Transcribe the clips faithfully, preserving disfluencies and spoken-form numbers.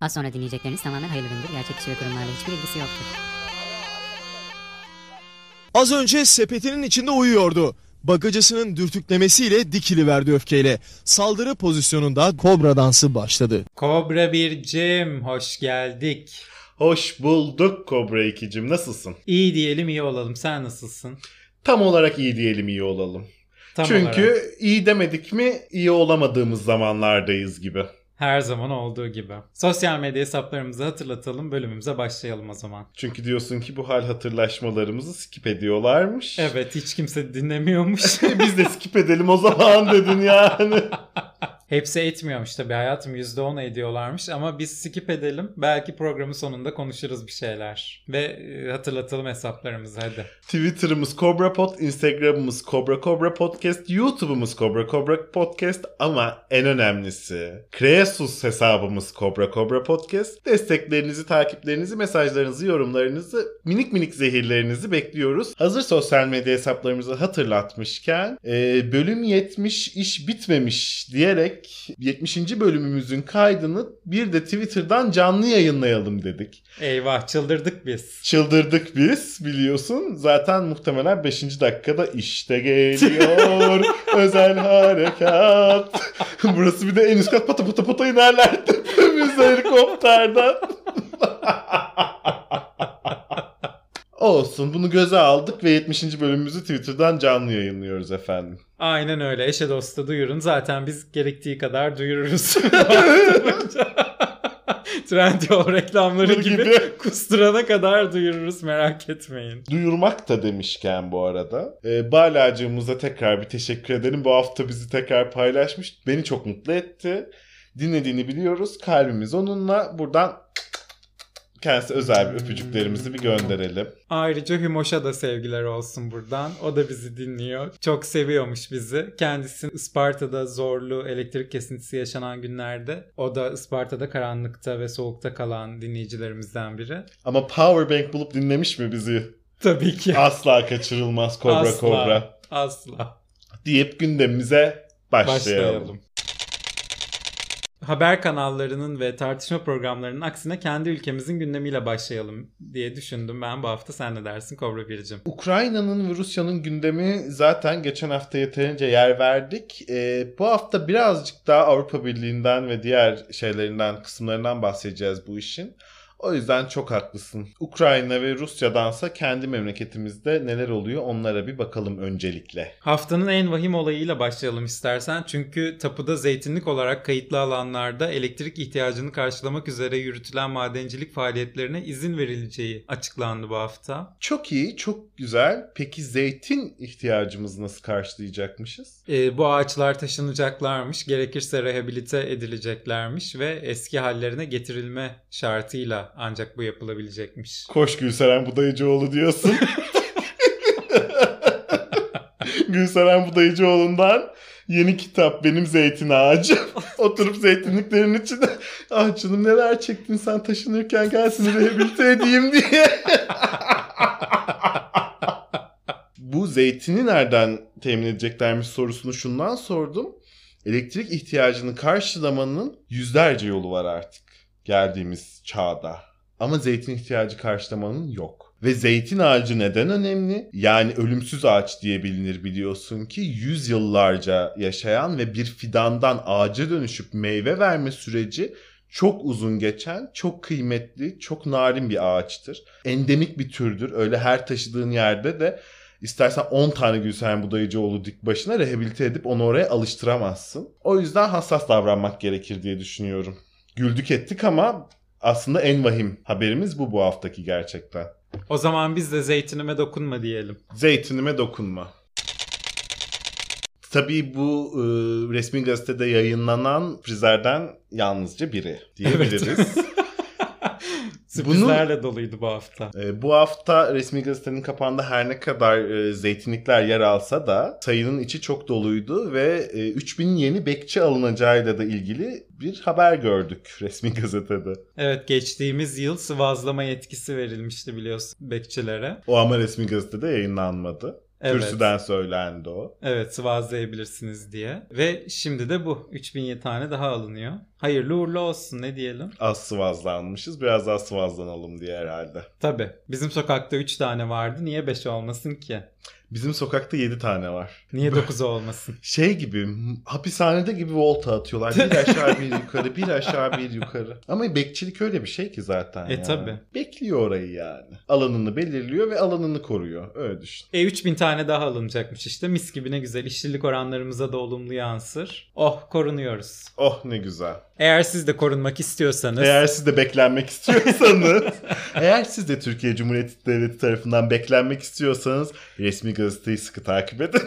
Az sonra dinleyecekleriniz tamamen hayırlıdır. Gerçekçi ve kurumlarla hiçbir ilgisi yoktur. Az önce sepetinin içinde uyuyordu. Bagacısının dürtüklemesiyle dikiliverdi öfkeyle. Saldırı pozisyonunda kobra dansı başladı. Kobra bircim, hoş geldik. Hoş bulduk Kobra ikicim. Nasılsın? İyi diyelim, iyi olalım. Sen nasılsın? Tam olarak iyi diyelim, iyi olalım. Tam Çünkü olarak. iyi demedik mi iyi olamadığımız zamanlardayız gibi. Her zaman olduğu gibi. Sosyal medya hesaplarımızı hatırlatalım, bölümümüze başlayalım o zaman. Çünkü diyorsun ki bu hal hatırlaşmalarımızı skip ediyorlarmış. Evet, hiç kimse dinlemiyormuş. Biz de skip edelim o zaman dedin yani. Hepsi etmiyormuş tabii hayatım, yüzde on ediyorlarmış ama biz skip edelim. Belki programın sonunda konuşuruz bir şeyler. Ve e, hatırlatalım hesaplarımızı hadi. Twitter'ımız CobraPod, Instagram'ımız Cobra Cobra Podcast, YouTube'umuz Cobra Cobra Podcast ama en önemlisi Kreasus hesabımız Cobra Cobra Podcast. Desteklerinizi, takiplerinizi, mesajlarınızı, yorumlarınızı, minik minik zehirlerinizi bekliyoruz. Hazır sosyal medya hesaplarımızı hatırlatmışken e, bölüm yetmiş iş bitmemiş diyerek yetmişinci bölümümüzün kaydını bir de Twitter'dan canlı yayınlayalım dedik. Eyvah, çıldırdık biz. Çıldırdık biz biliyorsun. Zaten muhtemelen beşinci dakikada işte geliyor özel harekat. Burası bir de en üst kat pata pata pata inerler tepemiz helikopterden. Olsun, bunu göze aldık ve yetmişinci bölümümüzü Twitter'dan canlı yayınlıyoruz efendim. Aynen öyle. Eşe dosta duyurun. Zaten biz gerektiği kadar duyururuz. Trendyol reklamları gibi, gibi kusturana kadar duyururuz, merak etmeyin. Duyurmak da demişken bu arada e, Balacığımıza tekrar bir teşekkür edelim. Bu hafta bizi tekrar paylaşmış. Beni çok mutlu etti. Dinlediğini biliyoruz. Kalbimiz onunla. Buradan kendisi özel bir öpücüklerimizi bir gönderelim. Ayrıca Hümoş'a da sevgiler olsun buradan. O da bizi dinliyor. Çok seviyormuş bizi. Kendisi Isparta'da zorlu elektrik kesintisi yaşanan günlerde. O da Isparta'da karanlıkta ve soğukta kalan dinleyicilerimizden biri. Ama powerbank bulup dinlemiş mi bizi? Tabii ki. Asla kaçırılmaz Kobra Asla, Kobra. Asla. Deyip gündemimize başlayalım. başlayalım. Haber kanallarının ve tartışma programlarının aksine kendi ülkemizin gündemiyle başlayalım diye düşündüm ben bu hafta. Sen ne dersin Kobra biricim? Ukrayna'nın ve Rusya'nın gündemi zaten geçen hafta yeterince yer verdik. Ee, bu hafta birazcık daha Avrupa Birliği'nden ve diğer şeylerinden, kısımlarından bahsedeceğiz bu işin. O yüzden çok haklısın. Ukrayna ve Rusya'dansa kendi memleketimizde neler oluyor onlara bir bakalım öncelikle. Haftanın en vahim olayıyla başlayalım istersen. Çünkü tapuda zeytinlik olarak kayıtlı alanlarda elektrik ihtiyacını karşılamak üzere yürütülen madencilik faaliyetlerine izin verileceği açıklandı bu hafta. Çok iyi, çok güzel. Peki zeytin ihtiyacımızı nasıl karşılayacakmışız? Ee, bu ağaçlar taşınacaklarmış, gerekirse rehabilite edileceklermiş ve eski hallerine getirilme şartıyla ancak bu yapılabilecekmiş. Koş Gülseren Budayıcıoğlu diyorsun. Gülseren Budayıcıoğlu'ndan yeni kitap Benim Zeytin Ağacım. Oturup zeytinliklerin içinde ah canım neler çektin sen taşınırken gel seni rehabilite edeyim diye. Bu zeytini nereden temin edeceklermiş sorusunu şundan sordum. Elektrik ihtiyacını karşılamanın yüzlerce yolu var artık geldiğimiz çağda. Ama zeytin ihtiyacı karşılamanın yok. Ve zeytin ağacı neden önemli? Yani ölümsüz ağaç diye bilinir biliyorsun ki yüzyıllarca yaşayan ve bir fidandan ağaca dönüşüp meyve verme süreci çok uzun geçen, çok kıymetli, çok narin bir ağaçtır. Endemik bir türdür. Öyle her taşıdığın yerde de İstersen on tane Gülseren Budayıcıoğlu dik başına rehabilite edip onu oraya alıştıramazsın. O yüzden hassas davranmak gerekir diye düşünüyorum. Güldük ettik ama aslında en vahim haberimiz bu bu haftaki gerçekten. O zaman biz de zeytinime dokunma diyelim. Zeytinime dokunma. Tabii bu e, resmi gazetede yayınlanan prizlerden yalnızca biri diyebiliriz. Evet. Sürprizlerle Bunu, doluydu bu hafta. E, bu hafta resmi gazetenin kapağında her ne kadar e, zeytinlikler yer alsa da sayının içi çok doluydu ve e, üç bin yeni bekçi alınacağıyla da ilgili bir haber gördük resmi gazetede. Evet, geçtiğimiz yıl sıvazlama yetkisi verilmişti biliyorsun bekçilere. O ama resmi gazetede yayınlanmadı. Evet. Kürsüden söylendi o. Evet, sıvazlayabilirsiniz diye. Ve şimdi de bu üç bin tane daha alınıyor. Hayırlı uğurlu olsun, ne diyelim. Az sıvazlanmışız. Biraz daha sıvazlanalım diye herhalde. Tabii. Bizim sokakta üç tane vardı. Niye beş olmasın ki? Bizim sokakta yedi tane var. Niye dokuz olmasın? Şey gibi, hapishanede gibi volta atıyorlar. Bir aşağı bir yukarı, bir aşağı bir yukarı. Ama bekçilik öyle bir şey ki zaten. E yani. tabii. Bekliyor orayı yani. Alanını belirliyor ve alanını koruyor. Öyle düşün. E üç bin tane daha alınacakmış işte. Mis gibi, ne güzel. İşçilik oranlarımıza da olumlu yansır. Oh, korunuyoruz. Oh ne güzel. Eğer siz de korunmak istiyorsanız. Eğer siz de beklenmek istiyorsanız, eğer siz de Türkiye Cumhuriyeti Devleti tarafından beklenmek istiyorsanız resmi gazeteyi sıkı takip edin.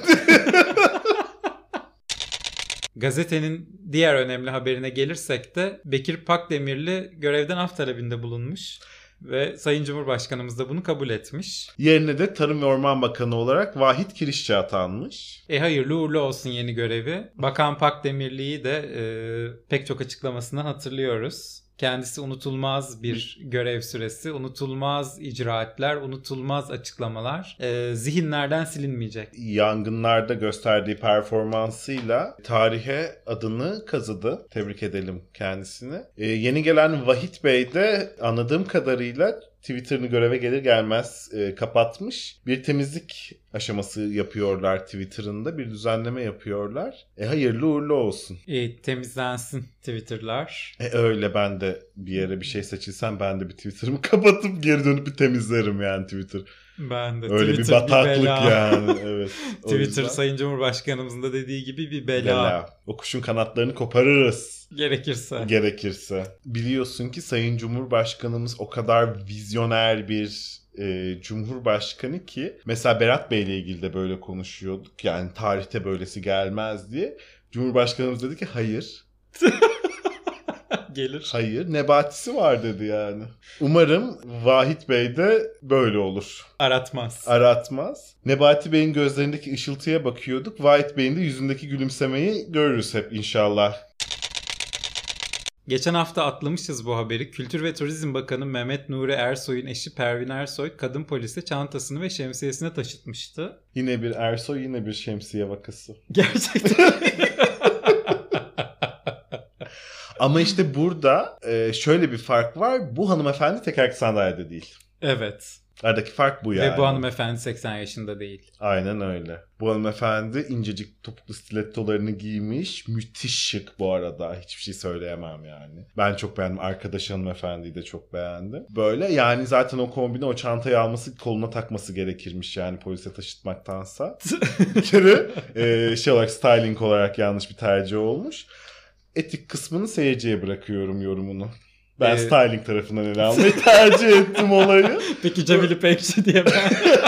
Gazetenin diğer önemli haberine gelirsek de Bekir Pakdemirli görevden af talebinde bulunmuş ve Sayın Cumhurbaşkanımız da bunu kabul etmiş. Yerine de Tarım ve Orman Bakanı olarak Vahit Kirişçi atanmış. E hayırlı uğurlu olsun yeni görevi. Bakan Pakdemirli'yi de e, pek çok açıklamasından hatırlıyoruz. Kendisi unutulmaz bir görev süresi, unutulmaz icraatler, unutulmaz açıklamalar e, zihinlerden silinmeyecek. Yangınlarda gösterdiği performansıyla tarihe adını kazıdı. Tebrik edelim kendisini. Ee, yeni gelen Vahit Bey de anladığım kadarıyla Twitter'ını göreve gelir gelmez e, kapatmış. Bir temizlik aşaması yapıyorlar Twitter'ında. Bir düzenleme yapıyorlar. E hayırlı uğurlu olsun. E, temizlensin Twitter'lar. E öyle, ben de bir yere bir şey seçilsem ben de bir Twitter'ımı kapatıp geri dönüp bir temizlerim yani Twitter. Ben de. Öyle Twitter bir bataklık bir bela. yani. Evet. O Twitter yüzden... Sayın Cumhurbaşkanımızın da dediği gibi bir bela. bela. O kuşun kanatlarını koparırız. Gerekirse. Gerekirse. Biliyorsun ki Sayın Cumhurbaşkanımız o kadar vizyoner bir e, Cumhurbaşkanı ki mesela Berat Bey ile ilgili de böyle konuşuyorduk. Yani tarihte böylesi gelmez diye. Cumhurbaşkanımız dedi ki hayır. Gelir. Hayır. Nebatisi var dedi yani. Umarım Vahit Bey de böyle olur. Aratmaz. Aratmaz. Nebati Bey'in gözlerindeki ışıltıya bakıyorduk. Vahit Bey'in de yüzündeki gülümsemeyi görürüz hep inşallah. Geçen hafta atlamışız bu haberi. Kültür ve Turizm Bakanı Mehmet Nuri Ersoy'un eşi Pervin Ersoy kadın polise çantasını ve şemsiyesini taşıtmıştı. Yine bir Ersoy, yine bir şemsiye vakası. Gerçekten. Ama işte burada şöyle bir fark var. Bu hanımefendi tekerlekli sandalyede değil. Evet. Aradaki fark bu yani. Ve bu hanımefendi seksen yaşında değil. Aynen öyle. Bu hanımefendi incecik topuklu stilettolarını giymiş. Müthiş şık bu arada. Hiçbir şey söyleyemem yani. Ben çok beğendim. Arkadaş hanımefendiyi de çok beğendim. Böyle yani zaten o kombini, o çantayı alması, koluna takması gerekirmiş yani polise taşıtmaktansa. Bir kere e, şey olarak, styling olarak yanlış bir tercih olmuş. Etik kısmını seyirciye bırakıyorum yorumunu. Ben ee... styling tarafından ele almayı tercih ettim olayı. Peki Cemil İpekçi diye ben...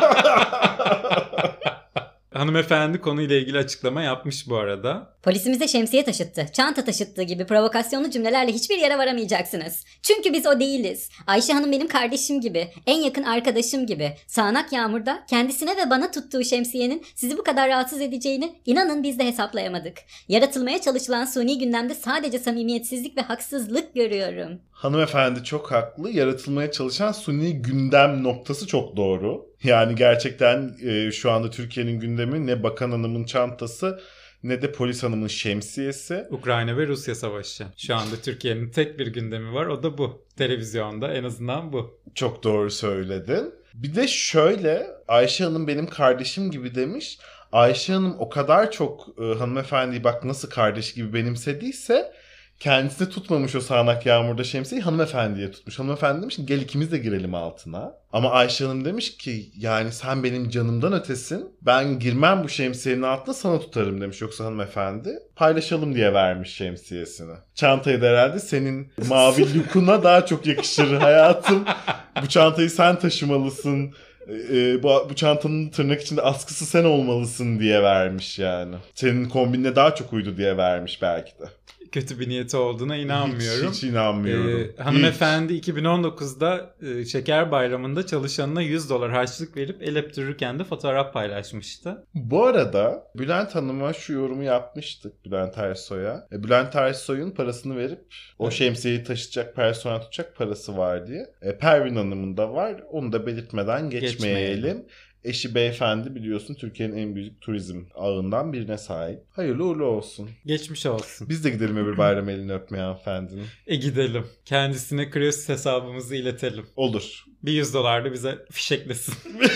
Hanımefendi konuyla ilgili açıklama yapmış bu arada. Polisimize şemsiye taşıttı, çanta taşıttığı gibi provokasyonlu cümlelerle hiçbir yere varamayacaksınız. Çünkü biz o değiliz. Ayşe Hanım benim kardeşim gibi, en yakın arkadaşım gibi. Sağanak yağmurda kendisine ve bana tuttuğu şemsiyenin sizi bu kadar rahatsız edeceğini inanın biz de hesaplayamadık. Yaratılmaya çalışılan suni gündemde sadece samimiyetsizlik ve haksızlık görüyorum. Hanımefendi çok haklı. Yaratılmaya çalışan suni gündem noktası çok doğru. Yani gerçekten e, şu anda Türkiye'nin gündemi ne bakan hanımın çantası ne de polis hanımın şemsiyesi. Ukrayna ve Rusya savaşı. Şu anda Türkiye'nin tek bir gündemi var, o da bu. Televizyonda en azından bu. Çok doğru söyledin. Bir de şöyle, Ayşe Hanım benim kardeşim gibi demiş. Ayşe Hanım o kadar çok e, hanımefendiyi bak nasıl kardeş gibi benimsediyse kendisine tutmamış o sağanak yağmurda şemsiyeyi, hanımefendiye tutmuş. Hanımefendi demiş ki gel ikimiz de girelim altına. Ama Ayşe Hanım demiş ki yani sen benim canımdan ötesin. Ben girmem bu şemsiyenin altına, sana tutarım demiş. Yoksa hanımefendi paylaşalım diye vermiş şemsiyesini. Çantayı da herhalde senin mavi lukuna daha çok yakışır hayatım. Bu çantayı sen taşımalısın. Ee, bu, bu çantanın tırnak içinde askısı sen olmalısın diye vermiş yani. Senin kombinine daha çok uydu diye vermiş belki de. Kötü bir niyeti olduğuna inanmıyorum. Hiç, hiç inanmıyorum. Ee, hanımefendi hiç. iki bin on dokuzda e, Şeker Bayramı'nda çalışanına yüz dolar harçlık verip el öptürürken de fotoğraf paylaşmıştı. Bu arada Bülent Hanım'a şu yorumu yapmıştık, Bülent Ersoy'a. E, Bülent Ersoy'un parasını verip o evet. şemsiyeyi taşıyacak, personel tutacak parası var diye. E, Pervin Hanım'ın da var. Onu da belirtmeden geçmeyelim. geçmeyelim. Eşi beyefendi biliyorsun Türkiye'nin en büyük turizm ağından birine sahip. Hayırlı uğurlu olsun. Geçmiş olsun. Biz de gidelim öbür bayram elini öpmeye hanımefendinin. E gidelim. Kendisine Krios hesabımızı iletelim. Olur. Bir yüz dolar da bize fişeklesin.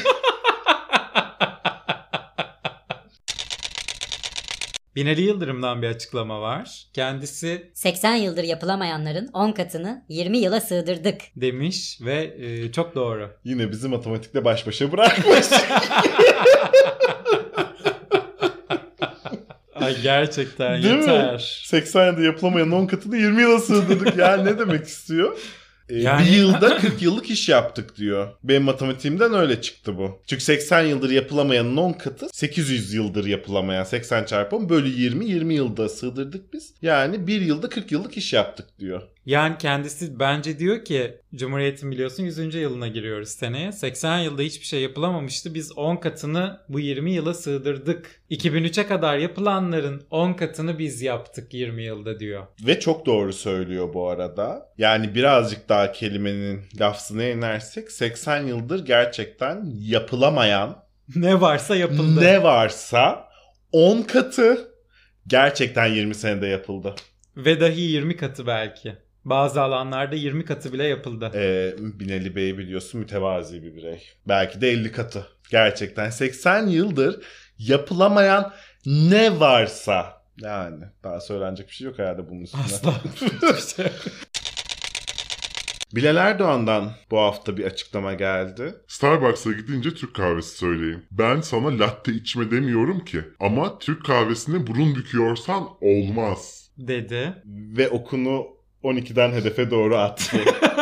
Binali Yıldırım'dan bir açıklama var. Kendisi seksen yıldır yapılamayanların on katını yirmi yıla sığdırdık. demiş ve e, çok doğru. Yine bizi matematikle baş başa bırakmış. Ay gerçekten Değil mi? yeter. seksen yılda yapılamayan on katını yirmi yıla sığdırdık. Yani ne demek istiyor? Ee, Yani- Bir yılda kırk yıllık iş yaptık diyor. Benim matematiğimden öyle çıktı bu. Çünkü seksen yıldır yapılamayanın on katı sekiz yüz yıldır yapılamayan. seksen çarpı on bölü yirmi, yirmi yılda sığdırdık biz. Yani bir yılda kırk yıllık iş yaptık diyor. Yani kendisi bence diyor ki Cumhuriyet'in biliyorsun yüzüncü yılına giriyoruz seneye. seksen yılda hiçbir şey yapılamamıştı. Biz on katını bu yirmi yıla sığdırdık. iki bin üçe kadar yapılanların on katını biz yaptık yirmi yılda diyor. Ve çok doğru söylüyor bu arada. Yani birazcık daha kelimenin lafzına inersek seksen yıldır gerçekten yapılamayan Ne varsa yapıldı. ne varsa on katı gerçekten yirmi senede yapıldı. Ve dahi yirmi katı belki. Bazı alanlarda yirmi katı bile yapıldı. Ee, Binali Bey biliyorsun mütevazi bir birey. Belki de elli katı. Gerçekten seksen yıldır yapılamayan ne varsa. Yani daha söylenecek bir şey yok herhalde bunun üstüne. Asla. Hiçbir şey yok. Bilal Erdoğan'dan bu hafta bir açıklama geldi. Starbucks'a gidince Türk kahvesi söyleyin. Ben sana latte içme demiyorum ki. Ama Türk kahvesine burun büküyorsan olmaz. Dedi. Ve okunu on ikiden hedefe doğru attı.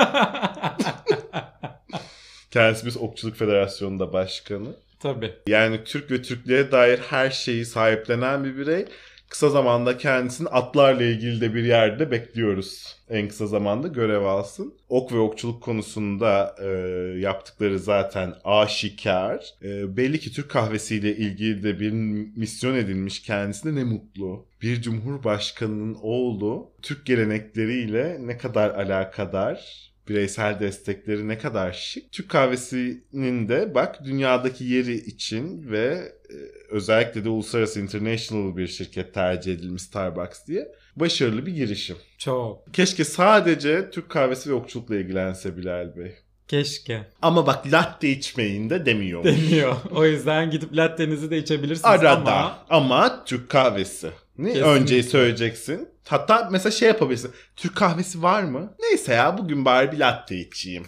Kendisi biz Okçuluk Federasyonu'nda başkanı. Tabii. Yani Türk ve Türklüğe dair her şeyi sahiplenen bir birey. Kısa zamanda kendisini atlarla ilgili de bir yerde bekliyoruz. En kısa zamanda görev alsın. Ok ve okçuluk konusunda e, yaptıkları zaten aşikar. E, belli ki Türk kahvesiyle ilgili de bir misyon edilmiş kendisine, ne mutlu. Bir cumhurbaşkanının oğlu Türk gelenekleriyle ne kadar alakadar. Bireysel destekleri ne kadar şık. Türk kahvesinin de bak dünyadaki yeri için ve e, özellikle de uluslararası international bir şirket tercih edilmiş Starbucks diye başarılı bir girişim. Çok. Keşke sadece Türk kahvesi ve okçulukla ilgilense Bilal Bey. Keşke. Ama bak latte içmeyin de demiyor. Demiyor. O yüzden gidip lattenizi de içebilirsiniz Arada ama... ama Türk kahvesi. Ne? Kesinlikle. Önce söyleyeceksin. Hatta mesela şey yapabilirsin. Türk kahvesi var mı? Neyse ya bugün bari bir latte içeyim.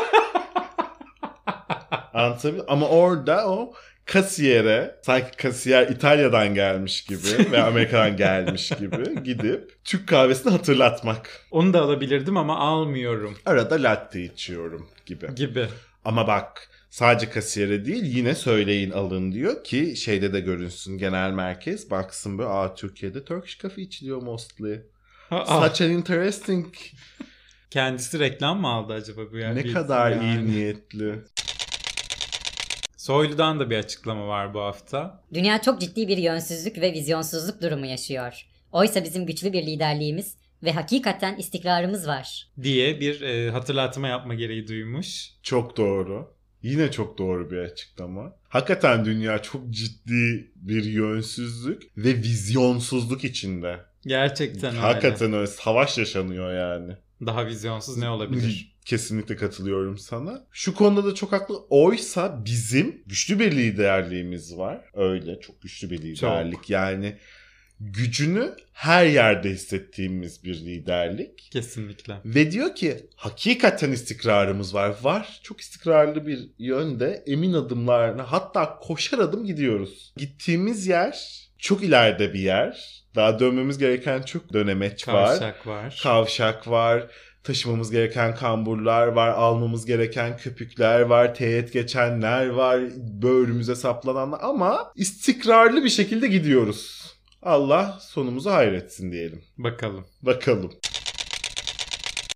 Anlatabiliyor muyum? Ama orada o kasiyere, sanki kasiyer İtalya'dan gelmiş gibi ve Amerika'dan gelmiş gibi gidip Türk kahvesini hatırlatmak. Onu da alabilirdim ama almıyorum Arada latte içiyorum gibi. gibi. Ama bak sadece kasiyere değil yine söyleyin alın diyor ki şeyde de görünsün, genel merkez baksın böyle, aa Türkiye'de Turkish coffee içiliyor mostly. Aa, Such an interesting. kendisi reklam mı aldı acaba bu yani? Ne kadar yani. iyi niyetli. Soylu'dan da bir açıklama var bu hafta. Dünya çok ciddi bir yönsüzlük ve vizyonsuzluk durumu yaşıyor. Oysa bizim güçlü bir liderliğimiz ve hakikaten istikrarımız var. Diye bir e, hatırlatma yapma gereği duymuş. Çok doğru. Yine çok doğru bir açıklama. Hakikaten dünya çok ciddi bir yönsüzlük ve vizyonsuzluk içinde. Gerçekten öyle. Hakikaten öyle. Savaş yaşanıyor yani. Daha vizyonsuz ne olabilir? Kesinlikle katılıyorum sana. Şu konuda da çok haklı. Oysa bizim güçlü bir liderliğimiz var. Öyle çok güçlü bir liderlik. Çok. Yani gücünü her yerde hissettiğimiz bir liderlik. Kesinlikle. Ve diyor ki hakikaten istikrarımız var. Var. Çok istikrarlı bir yönde emin adımlarla, hatta koşar adım gidiyoruz. Gittiğimiz yer çok ileride bir yer. Daha dönmemiz gereken çok dönemeç var. Kavşak var. Kavşak var. Taşımamız gereken kamburlar var. Almamız gereken köpükler var. Teğet geçenler var. Böğrümüze saplananlar. Ama istikrarlı bir şekilde gidiyoruz. Allah sonumuzu hayretsin diyelim. Bakalım. Bakalım.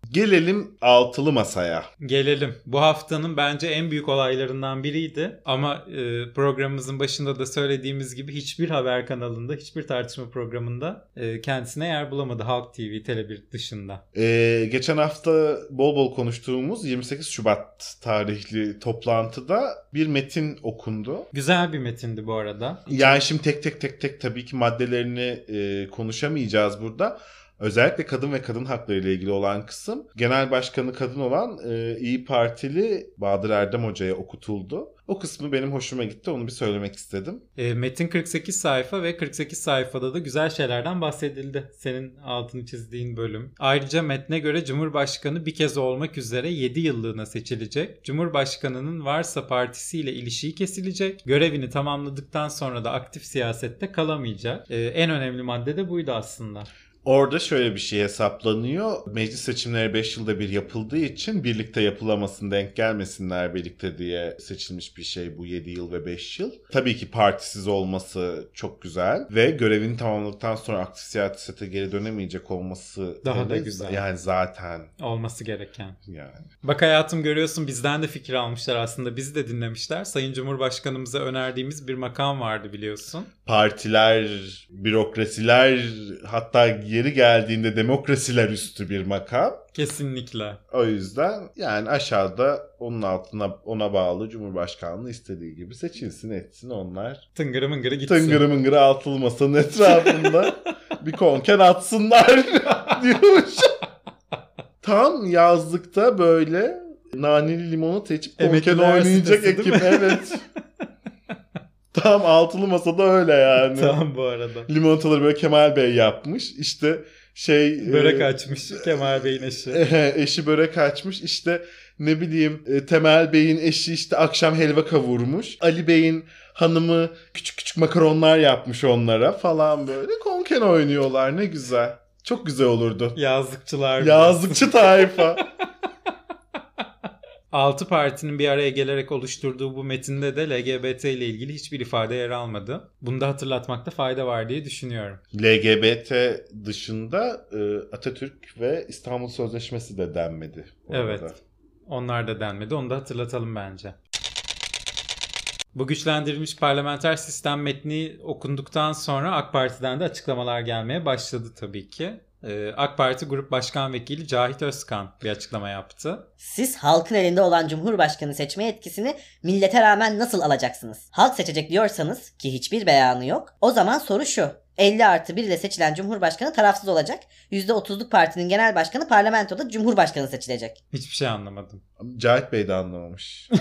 Gelelim altılı masaya. Gelelim. Bu haftanın bence en büyük olaylarından biriydi. Ama e, programımızın başında da söylediğimiz gibi hiçbir haber kanalında, hiçbir tartışma programında e, kendisine yer bulamadı Halk T V, Tele bir dışında. Ee, geçen hafta bol bol konuştuğumuz yirmi sekiz Şubat tarihli toplantıda bir metin okundu. Güzel bir metindi bu arada. Yani şimdi tek tek tek tek tabii ki maddelerini e, konuşamayacağız burada. Özellikle kadın ve kadın hakları ile ilgili olan kısım genel başkanı kadın olan e, İyi Partili Bahadır Erdem Hoca'ya okutuldu. O kısmı benim hoşuma gitti. Onu bir söylemek istedim. E, metin kırk sekiz sayfa ve kırk sekiz sayfada da güzel şeylerden bahsedildi. Senin altını çizdiğin bölüm. Ayrıca metne göre Cumhurbaşkanı bir kez olmak üzere yedi yıllığına seçilecek. Cumhurbaşkanının varsa partisiyle ilişiği kesilecek. Görevini tamamladıktan sonra da aktif siyasette kalamayacak. E, en önemli madde de buydu aslında. Orada şöyle bir şey hesaplanıyor. Meclis seçimleri beş yılda bir yapıldığı için birlikte yapılamasın, denk gelmesinler birlikte diye seçilmiş bir şey bu yedi yıl ve beş yıl. Tabii ki partisiz olması çok güzel ve görevini tamamladıktan sonra aktif siyasete geri dönemeyecek olması Daha da hele- güzel. Yani zaten Olması gereken. yani. Bak hayatım, görüyorsun, bizden de fikir almışlar aslında. Bizi de dinlemişler. Sayın Cumhurbaşkanımıza önerdiğimiz bir makam vardı biliyorsun. Partiler, bürokrasiler, hatta yeri geldiğinde demokrasiler üstü bir makam. Kesinlikle. O yüzden yani aşağıda onun altına ona bağlı Cumhurbaşkanlığı istediği gibi seçilsin etsin onlar. Tıngırı mıngırı gitsin. Tıngırı mıngırı altılı masanın etrafında bir konken atsınlar diyormuş. Tam yazlıkta böyle naneli limonata içip konken Emekliler oynayacak sitesi, değil ekip. mi? Evet. Tam altılı masada öyle yani. Tamam bu arada. Limonataları böyle Kemal Bey yapmış. İşte şey... Börek e, açmış Kemal Bey'in eşi. eşi börek açmış. İşte ne bileyim e, Temel Bey'in eşi işte akşam helva kavurmuş. Ali Bey'in hanımı küçük küçük makaronlar yapmış onlara falan böyle. Konken oynuyorlar, ne güzel. Çok güzel olurdu. Yazlıkçılar. Yazlıkçı tayfa. Altı partinin bir araya gelerek oluşturduğu bu metinde de L G B T ile ilgili hiçbir ifade yer almadı. Bunu da hatırlatmakta fayda var diye düşünüyorum. L G B T dışında e, Atatürk ve İstanbul Sözleşmesi de denmedi. bu Evet. arada. Onlar da denmedi. Onu da hatırlatalım bence. Bu güçlendirilmiş parlamenter sistem metni okunduktan sonra AK Parti'den de açıklamalar gelmeye başladı tabii ki. Ee, AK Parti Grup Başkan Vekili Cahit Özkan bir açıklama yaptı. Siz halkın elinde olan Cumhurbaşkanı seçme yetkisini millete rağmen nasıl alacaksınız? Halk seçecek diyorsanız ki hiçbir beyanı yok. O zaman soru şu. elli artı bir ile seçilen Cumhurbaşkanı tarafsız olacak. yüzde otuzluk partinin genel başkanı parlamentoda Cumhurbaşkanı seçilecek. Hiçbir şey anlamadım. Cahit Bey de anlamamış.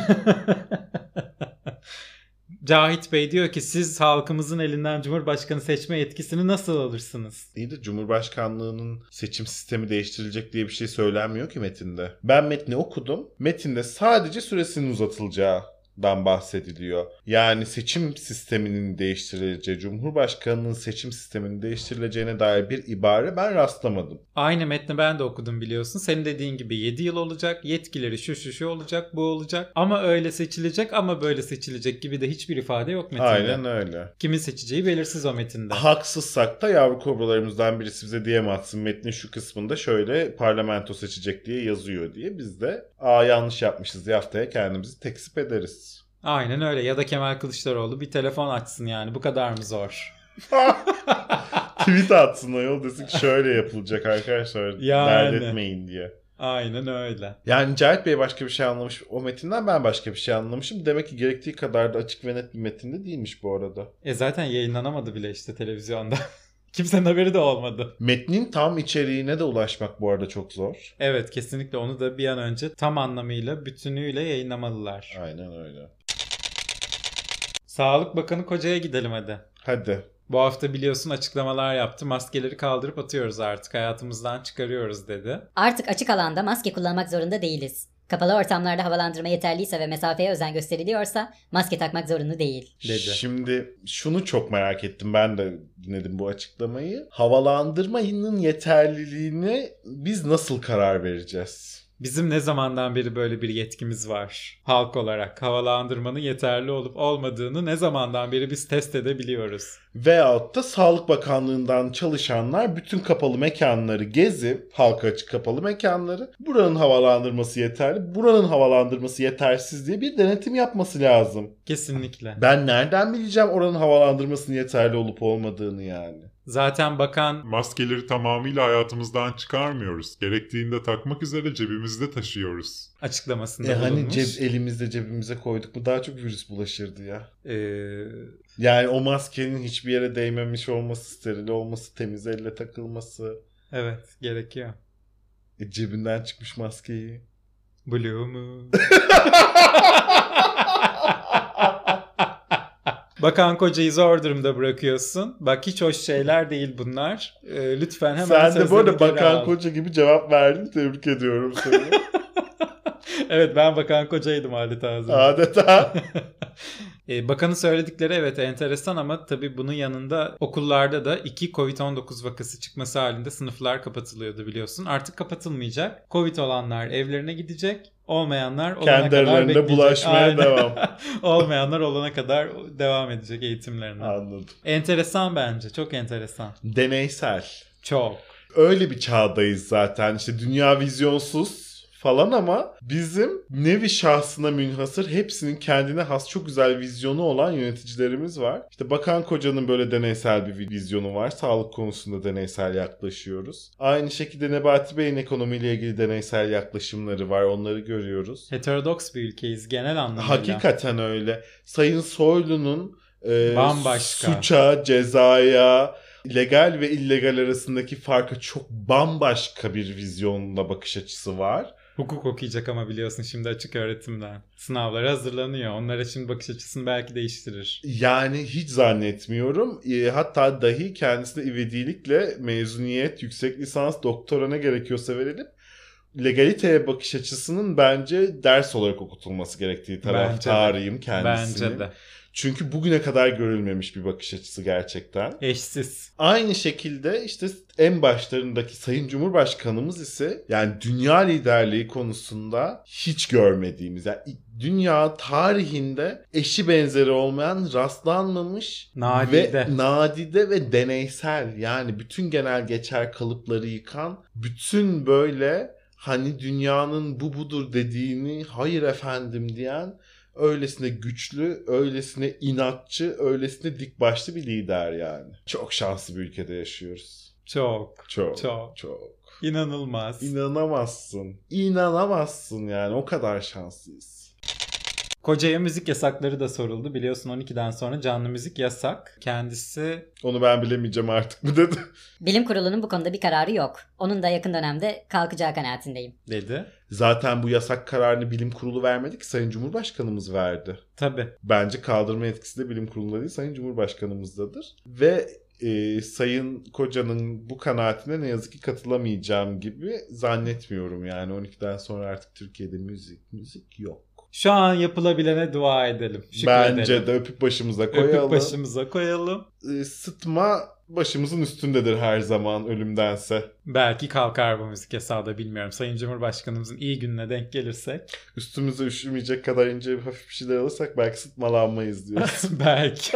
Cahit Bey diyor ki siz halkımızın elinden Cumhurbaşkanı seçme yetkisini nasıl alırsınız? İyi de Cumhurbaşkanlığının seçim sistemi değiştirilecek diye bir şey söylenmiyor ki metinde. Ben metni okudum. Metinde sadece süresinin uzatılacağından bahsediliyor. Yani seçim sisteminin değiştirileceği, Cumhurbaşkanının seçim sisteminin değiştirileceğine dair bir ibare ben rastlamadım. Aynı metni ben de okudum biliyorsun. Senin dediğin gibi yedi yıl olacak. Yetkileri şu şu şu olacak, bu olacak. Ama öyle seçilecek ama böyle seçilecek gibi de hiçbir ifade yok metinde. Aynen öyle. Kimin seçeceği belirsiz o metinde. Haksızsak da yavru kobralarımızdan birisi bize diyemezsin metnin şu kısmında şöyle parlamento seçecek diye yazıyor diye biz de aa yanlış yapmışız diye haftaya kendimizi tekzip ederiz. Aynen öyle. Ya da Kemal Kılıçdaroğlu bir telefon açsın yani. Bu kadar mı zor? Tweet atsın o yol desin ki şöyle yapılacak arkadaşlar. Yani. Dert etmeyin diye. Aynen öyle. Yani Cahit Bey başka bir şey anlamış o metinden, ben başka bir şey anlamışım. Demek ki gerektiği kadar da açık ve net bir metinde değilmiş bu arada. E zaten yayınlanamadı bile işte televizyonda. Kimsenin haberi de olmadı. Metnin tam içeriğine de ulaşmak bu arada çok zor. Evet, kesinlikle onu da bir an önce tam anlamıyla bütünüyle yayınlamalılar. Aynen öyle. Sağlık Bakanı Koca'ya gidelim hadi. Hadi. Bu hafta biliyorsun açıklamalar yaptı. Maskeleri kaldırıp atıyoruz artık. Hayatımızdan çıkarıyoruz dedi. Artık açık alanda maske kullanmak zorunda değiliz. Kapalı ortamlarda havalandırma yeterliyse ve mesafeye özen gösteriliyorsa maske takmak zorunlu değil. Dedi. Şimdi şunu çok merak ettim. Ben de dinledim bu açıklamayı. Havalandırmanın yeterliliğine biz nasıl karar vereceğiz? Bizim ne zamandan beri böyle bir yetkimiz var halk olarak? Havalandırmanın yeterli olup olmadığını ne zamandan beri biz test edebiliyoruz? Veyahut da Sağlık Bakanlığı'ndan çalışanlar bütün kapalı mekanları gezip, halka açık kapalı mekanları, buranın havalandırması yeterli, buranın havalandırması yetersiz diye bir denetim yapması lazım. Kesinlikle. Ben nereden bileceğim oranın havalandırmasının yeterli olup olmadığını yani? Zaten bakan Maskeleri tamamıyla hayatımızdan çıkarmıyoruz. Gerektiğinde takmak üzere cebimizde taşıyoruz. açıklamasında E hani bulunmuş. ceb, elimizde cebimize koyduk mu daha çok virüs bulaşırdı ya. Ee, Yani o maskenin hiçbir yere değmemiş olması, steril olması, temiz elle takılması. evet, gerekiyor. E, cebinden çıkmış maskeyi. Blue mu? Bakan Koca'yı zor durumda bırakıyorsun. Bak hiç hoş şeyler değil bunlar. Ee, lütfen hemen Sen de bu sözlerini arada geri Bakan al. Koca gibi cevap verdin. Tebrik ediyorum seni. Evet, ben Bakan Koca'ydım adeta az önce. Adeta. Ee, bakanın söyledikleri evet enteresan ama tabii bunun yanında okullarda da iki covid on dokuz vakası çıkması halinde sınıflar kapatılıyordu biliyorsun. Artık kapatılmayacak. Covid olanlar evlerine gidecek. Olmayanlar olana Kendi kadar aralarında bekleyecek. bulaşmaya Aynen. devam. Olmayanlar olana kadar devam edecek eğitimlerine. Anladım. Enteresan bence. Çok enteresan. Deneysel. Çok. Öyle bir çağdayız zaten. İşte dünya vizyonsuz falan ama bizim nevi şahsına münhasır hepsinin kendine has çok güzel vizyonu olan yöneticilerimiz var. İşte Bakan Koca'nın böyle deneysel bir vizyonu var. Sağlık konusunda deneysel yaklaşıyoruz. Aynı şekilde Nebati Bey'in ekonomiyle ilgili deneysel yaklaşımları var. Onları görüyoruz. Heterodoks bir ülkeyiz genel anlamda. Hakikaten öyle. Sayın Soylu'nun e, Bambaşka. suça, cezaya, legal ve illegal arasındaki farkı çok bambaşka bir vizyonla bakış açısı var. Hukuk okuyacak ama biliyorsun şimdi açık öğretimden. Sınavlara hazırlanıyor. Onlara şimdi bakış açısını belki değiştirir. Yani hiç zannetmiyorum. E, hatta dahi kendisine ivedilikle mezuniyet, yüksek lisans, doktora ne gerekiyorsa verelim. Legaliteye bakış açısının bence ders olarak okutulması gerektiği taraftarıyım kendisinin. Bence de. Çünkü bugüne kadar görülmemiş bir bakış açısı gerçekten. Eşsiz. Aynı şekilde işte en başlarındaki Sayın Cumhurbaşkanımız ise yani dünya liderliği konusunda hiç görmediğimiz, yani dünya tarihinde eşi benzeri olmayan, rastlanmamış Nadide. ve nadide ve deneysel, yani bütün genel geçer kalıpları yıkan, bütün böyle hani dünyanın bu budur dediğini hayır efendim diyen, öylesine güçlü, öylesine inatçı, öylesine dik başlı bir lider yani. Çok şanslı bir ülkede yaşıyoruz. Çok. Çok. Çok. Çok. İnanılmaz. İnanamazsın. İnanamazsın yani. O kadar şanslıyız. Koca'ya müzik yasakları da soruldu. Biliyorsun on ikiden sonra canlı müzik yasak. Kendisi Onu ben bilemeyeceğim artık mı dedi. Bilim kurulunun bu konuda bir kararı yok. Onun da yakın dönemde kalkacağı kanaatindeyim. dedi. Zaten bu yasak kararını bilim kurulu vermedi ki, Sayın Cumhurbaşkanımız verdi. Tabii. Bence kaldırma etkisi de bilim kurulunda değil, Sayın Cumhurbaşkanımızdadır. Ve e, Sayın Koca'nın bu kanaatine ne yazık ki katılamayacağım gibi zannetmiyorum yani. on ikiden sonra artık Türkiye'de müzik müzik yok. Şu an yapılabilene dua edelim. Şükredelim. Bence de öpüp başımıza koyalım. Öpüp başımıza koyalım. E, sıtma başımızın üstündedir her zaman ölümdense. Belki kalkar bu müzik yasağı da bilmiyorum. Sayın Cumhurbaşkanımızın iyi gününe denk gelirsek. Üstümüze üşümeyecek kadar ince bir hafif bir şeyler alırsak belki sıtmalanmayız diyoruz. Belki.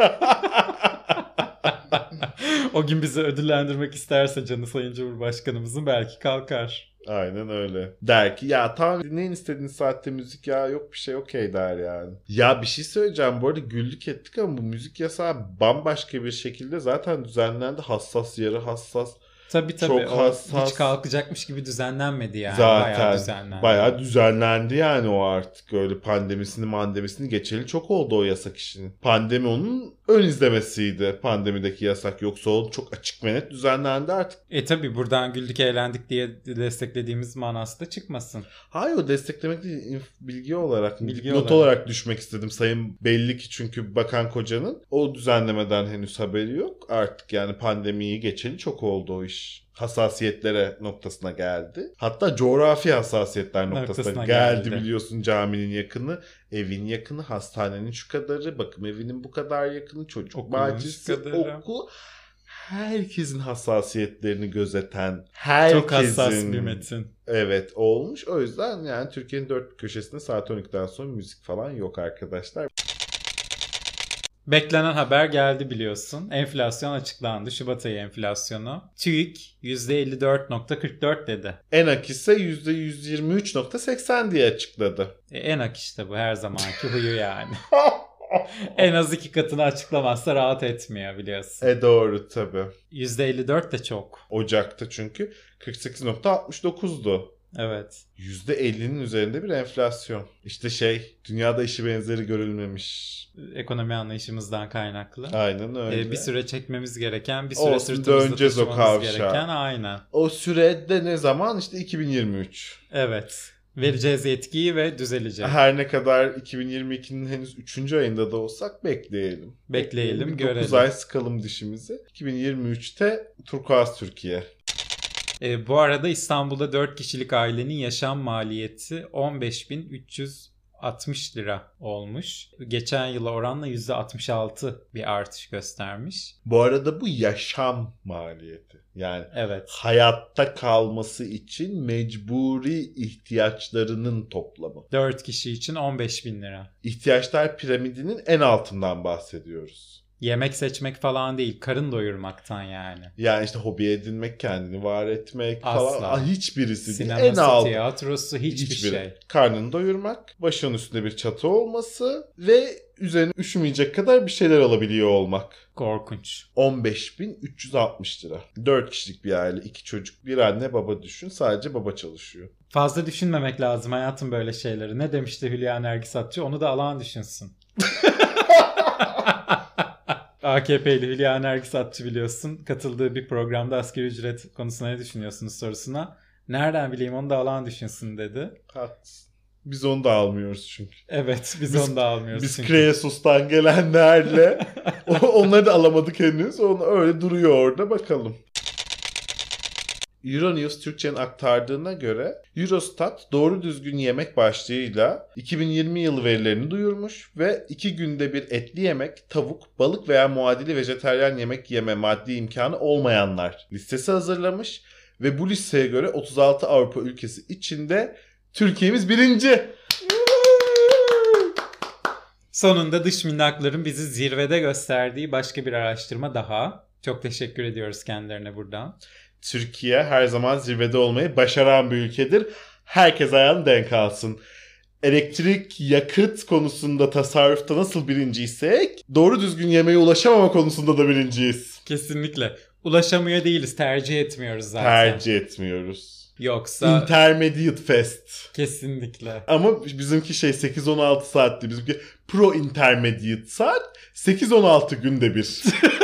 O gün bizi ödüllendirmek isterse canı Sayın Cumhurbaşkanımızın belki kalkar. Aynen öyle. Der ki ya tamam dinleyin istediğiniz saatte müzik ya, yok bir şey okey der yani. Ya bir şey söyleyeceğim, bu arada güldük ettik ama bu müzik yasağı bambaşka bir şekilde zaten düzenlendi. Hassas, yarı hassas. Tabii tabii. Çok O hassas. hiç kalkacakmış gibi düzenlenmedi yani. Zaten Bayağı düzenlendi. bayağı düzenlendi yani o artık. Öyle pandemisini mandemisini geçeli çok oldu o yasak işinin. Pandemi onun ön izlemesiydi, pandemideki yasak. Yoksa o çok açık ve net düzenlendi artık. E tabii buradan güldük eğlendik diye desteklediğimiz manası da çıkmasın. Hayır, o desteklemek değil, inf- bilgi olarak, Bilgi not olarak. olarak düşmek istedim. Sayın belli ki çünkü Bakan Koca'nın o düzenlemeden henüz haberi yok. Artık yani pandemiyi geçeli çok oldu o iş. Hassasiyetlere noktasına geldi. Hatta coğrafi hassasiyetler noktasına, Noktasına geldi, geldi. biliyorsun, caminin yakını, evin yakını, hastanenin şu kadarı, bakım evinin bu kadar yakını, çocuk Okulun şu bahçesi, kadarı. okul, herkesin hassasiyetlerini gözeten, herkesin... Çok hassas bir metin. Evet olmuş. O yüzden yani Türkiye'nin dört köşesinde saat on ikiden sonra müzik falan yok arkadaşlar. Beklenen haber geldi biliyorsun. Enflasyon açıklandı. Şubat ayı enflasyonu. TÜİK yüzde elli dört virgül kırk dört dedi. ENAK ise yüzde yüz yirmi üç virgül seksen diye açıkladı. E, ENAK işte bu her zamanki huyu yani. En az iki katını açıklamazsa rahat etmiyor biliyorsun. E doğru tabii. yüzde elli dört de çok. Ocak'ta çünkü kırk sekiz virgül altmış dokuzdu. Evet. yüzde ellinin üzerinde bir enflasyon. İşte şey, dünyada eşi benzeri görülmemiş. Ekonomi anlayışımızdan kaynaklı. Aynen öyle. Ee, bir süre çekmemiz gereken, bir süre Olsun, sırtımızda döneceğiz o taşımamız kavşağa. gereken. Aynen. O sürede ne zaman? İşte iki bin yirmi üç. Evet. Vereceğiz yetkiyi ve düzelecek. Her ne kadar iki bin yirmi ikinin henüz üçüncü ayında da olsak bekleyelim. Bekleyelim, Bir görelim. dokuz ay sıkalım dişimizi. iki bin yirmi üçte Turkuaz Türkiye. Ee, bu arada İstanbul'da dört kişilik ailenin yaşam maliyeti on beş bin üç yüz altmış lira olmuş. Geçen yıla oranla yüzde altmış altı bir artış göstermiş. Bu arada bu yaşam maliyeti. Yani Evet. hayatta kalması için mecburi ihtiyaçlarının toplamı. dört kişi için on beş bin lira. İhtiyaçlar piramidinin en altından bahsediyoruz. Yemek seçmek falan değil, karın doyurmaktan yani. Yani işte hobi edinmek, kendini var etmek Asla. falan. Aa, hiçbirisi değil. Sineması, En alt. tiyatrosu, hiçbir Hiçbiri. şey. Karnını doyurmak, başının üstünde bir çatı olması ve üzerine üşümeyecek kadar bir şeyler alabiliyor olmak. Korkunç. on beş bin üç yüz altmış lira. dört kişilik bir aile, iki çocuk, bir anne baba düşün. Sadece baba çalışıyor. Fazla düşünmemek lazım hayatım böyle şeyleri. Ne demişti Hülya Nergisatçı? Onu da alan düşünsün. A K P'li Hülya Nergisatçı biliyorsun. Katıldığı bir programda asgari ücret konusunda ne düşünüyorsunuz sorusuna. Nereden bileyim onu da alan düşünsün dedi. Haklısın. Biz onu da almıyoruz çünkü. Evet biz, Biz- onu da almıyoruz Biz çünkü. Kreasus'tan gelenlerle o- onları da alamadık henüz. Onu öyle duruyor orada, bakalım. Euronews Türkçe'nin aktardığına göre Eurostat doğru düzgün yemek başlığıyla iki bin yirmi yılı verilerini duyurmuş ve iki günde bir etli yemek, tavuk, balık veya muadili vejetaryen yemek yeme maddi imkanı olmayanlar listesi hazırlamış ve bu listeye göre otuz altı Avrupa ülkesi içinde Türkiye'miz birinci. Sonunda dış minnakların bizi zirvede gösterdiği başka bir araştırma daha. Çok teşekkür ediyoruz kendilerine buradan. Türkiye her zaman zirvede olmayı başaran bir ülkedir. Herkes ayağını denk alsın. Elektrik, yakıt konusunda tasarrufta nasıl birinciysek doğru düzgün yemeğe ulaşamama konusunda da birinciyiz. Kesinlikle. Ulaşamıyor değiliz. Tercih etmiyoruz zaten. Tercih etmiyoruz. Yoksa Intermediate Fest. kesinlikle. Ama bizimki şey sekiz on altı saatti. Bizimki Pro Intermediate saat sekiz on altı günde bir.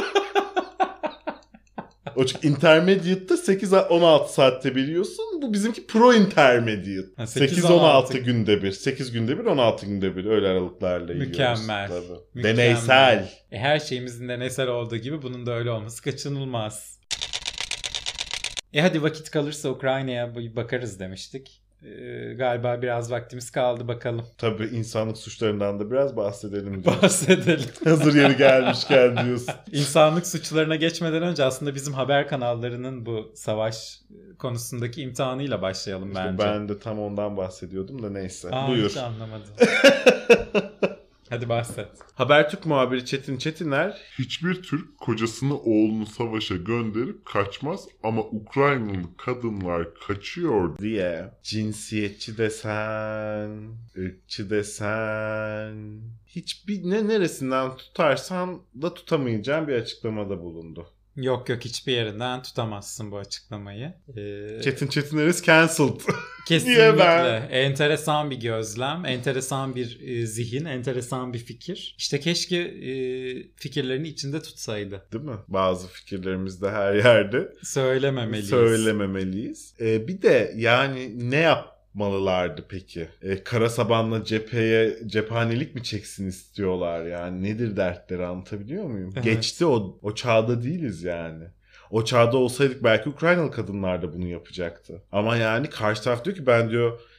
O çünkü Intermediate'da sekiz on altı saatte biliyorsun. Bu bizimki Pro Intermediate. Ha, sekiz sekiz on on altı altı günde bir. sekiz günde bir, on altı günde bir. Öyle aralıklarla yiyoruz. Mükemmel. Tabii. Mükemmel. Deneysel. E, her şeyimizin deneysel olduğu gibi bunun da öyle olması kaçınılmaz. E hadi vakit kalırsa Ukrayna'ya bir bakarız demiştik. E, galiba biraz vaktimiz kaldı, bakalım. Tabii insanlık suçlarından da biraz bahsedelim. diyor. Bahsedelim. Hazır yeri gelmişken diyorsun. İnsanlık suçlarına geçmeden önce aslında bizim haber kanallarının bu savaş konusundaki imtihanıyla başlayalım İşte bence. ben de tam ondan bahsediyordum da neyse. Aa, Buyur. hiç anlamadım. Hadi bahset. Habertürk muhabiri Çetin Çetiner Hiçbir Türk kocasını oğlunu savaşa gönderip kaçmaz ama Ukraynalı kadınlar kaçıyor. diye cinsiyetçi desen, ırkçı desen, hiçbir ne neresinden tutarsan da tutamayacağın bir açıklamada bulundu. Yok yok hiçbir yerinden tutamazsın bu açıklamayı. Ee, Çetin Çetiner is cancelled. kesinlikle ben. enteresan bir gözlem, enteresan bir e, zihin, enteresan bir fikir. İşte keşke e, fikirlerini içinde tutsaydı. Değil mi? Bazı fikirlerimiz de her yerde. Söylememeliyiz. Söylememeliyiz. Ee, bir de yani ne yapmalılardı peki? Ee, kara sabanla cepheye cephanelik mi çeksin istiyorlar yani? Nedir dertleri, anlatabiliyor muyum? Evet. Geçti o, o çağda değiliz yani. O çağda olsaydık belki Ukraynalı kadınlar da bunu yapacaktı. Ama yani karşı taraf diyor ki ben diyor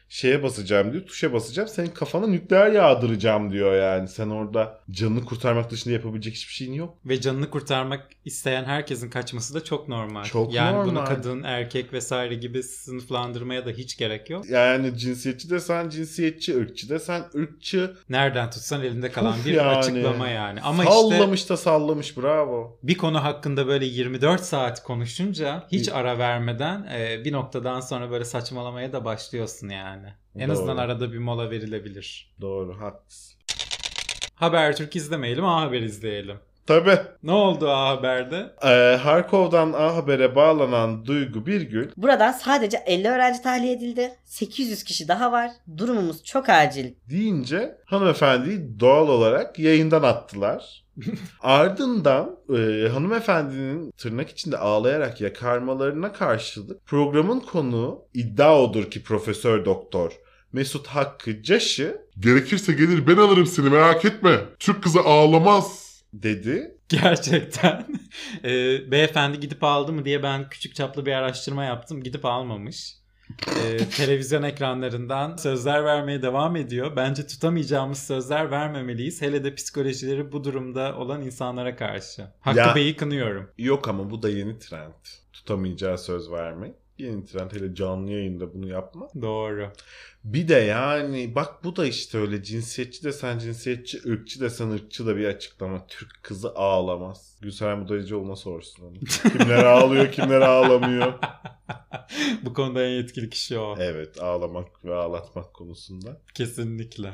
şeye basacağım diyor. Tuşa basacağım. Senin kafana nükleer yağdıracağım diyor yani. Sen orada canını kurtarmak dışında yapabilecek hiçbir şeyin yok. Ve canını kurtarmak isteyen herkesin kaçması da çok normal. Çok yani normal. bunu kadın, erkek vesaire gibi sınıflandırmaya da hiç gerek yok. Yani cinsiyetçi desen cinsiyetçi, ırkçı desen ırkçı. Nereden tutsan elinde kalan Uf bir yani. açıklama yani. Ama sallamış işte da sallamış, bravo. bir konu hakkında böyle yirmi dört saat konuşunca hiç ara vermeden e, bir noktadan sonra böyle saçmalamaya da başlıyorsun yani. En Doğru. azından arada bir mola verilebilir. Doğru, haklısın. Habertürk izlemeyelim, A Haber izleyelim. Tabii. Ne oldu A Haber'de? Ee, Harkov'dan A Haber'e bağlanan Duygu Birgül Buradan sadece elli öğrenci tahliye edildi. sekiz yüz kişi daha var. Durumumuz çok acil. deyince hanımefendiyi doğal olarak yayından attılar. Ardından e, hanımefendinin tırnak içinde ağlayarak yakarmalarına karşılık programın konuğu iddia odur ki Profesör Doktor Mesut Hakkı Caşı Gerekirse gelir ben alırım seni merak etme. Türk kızı ağlamaz. dedi. Gerçekten. e, beyefendi gidip aldı mı diye ben küçük çaplı bir araştırma yaptım. Gidip almamış. E, televizyon ekranlarından sözler vermeye devam ediyor. Bence tutamayacağımız sözler vermemeliyiz. Hele de psikolojileri bu durumda olan insanlara karşı. Hakkı Ya. Bey'i kınıyorum. Yok ama bu da yeni trend. Tutamayacağı söz vermek. Yeni trend, hele canlı yayında bunu yapma. Doğru. Bir de yani bak bu da işte öyle cinsiyetçi desen cinsiyetçi, ırkçı desen ırkçı da bir açıklama. Türk kızı ağlamaz. Gülseren Mudayıcıoğlu'na sorsun onu. Kimler ağlıyor, kimler ağlamıyor. Bu konuda en yetkili kişi o. Evet, ağlamak ve ağlatmak konusunda. Kesinlikle.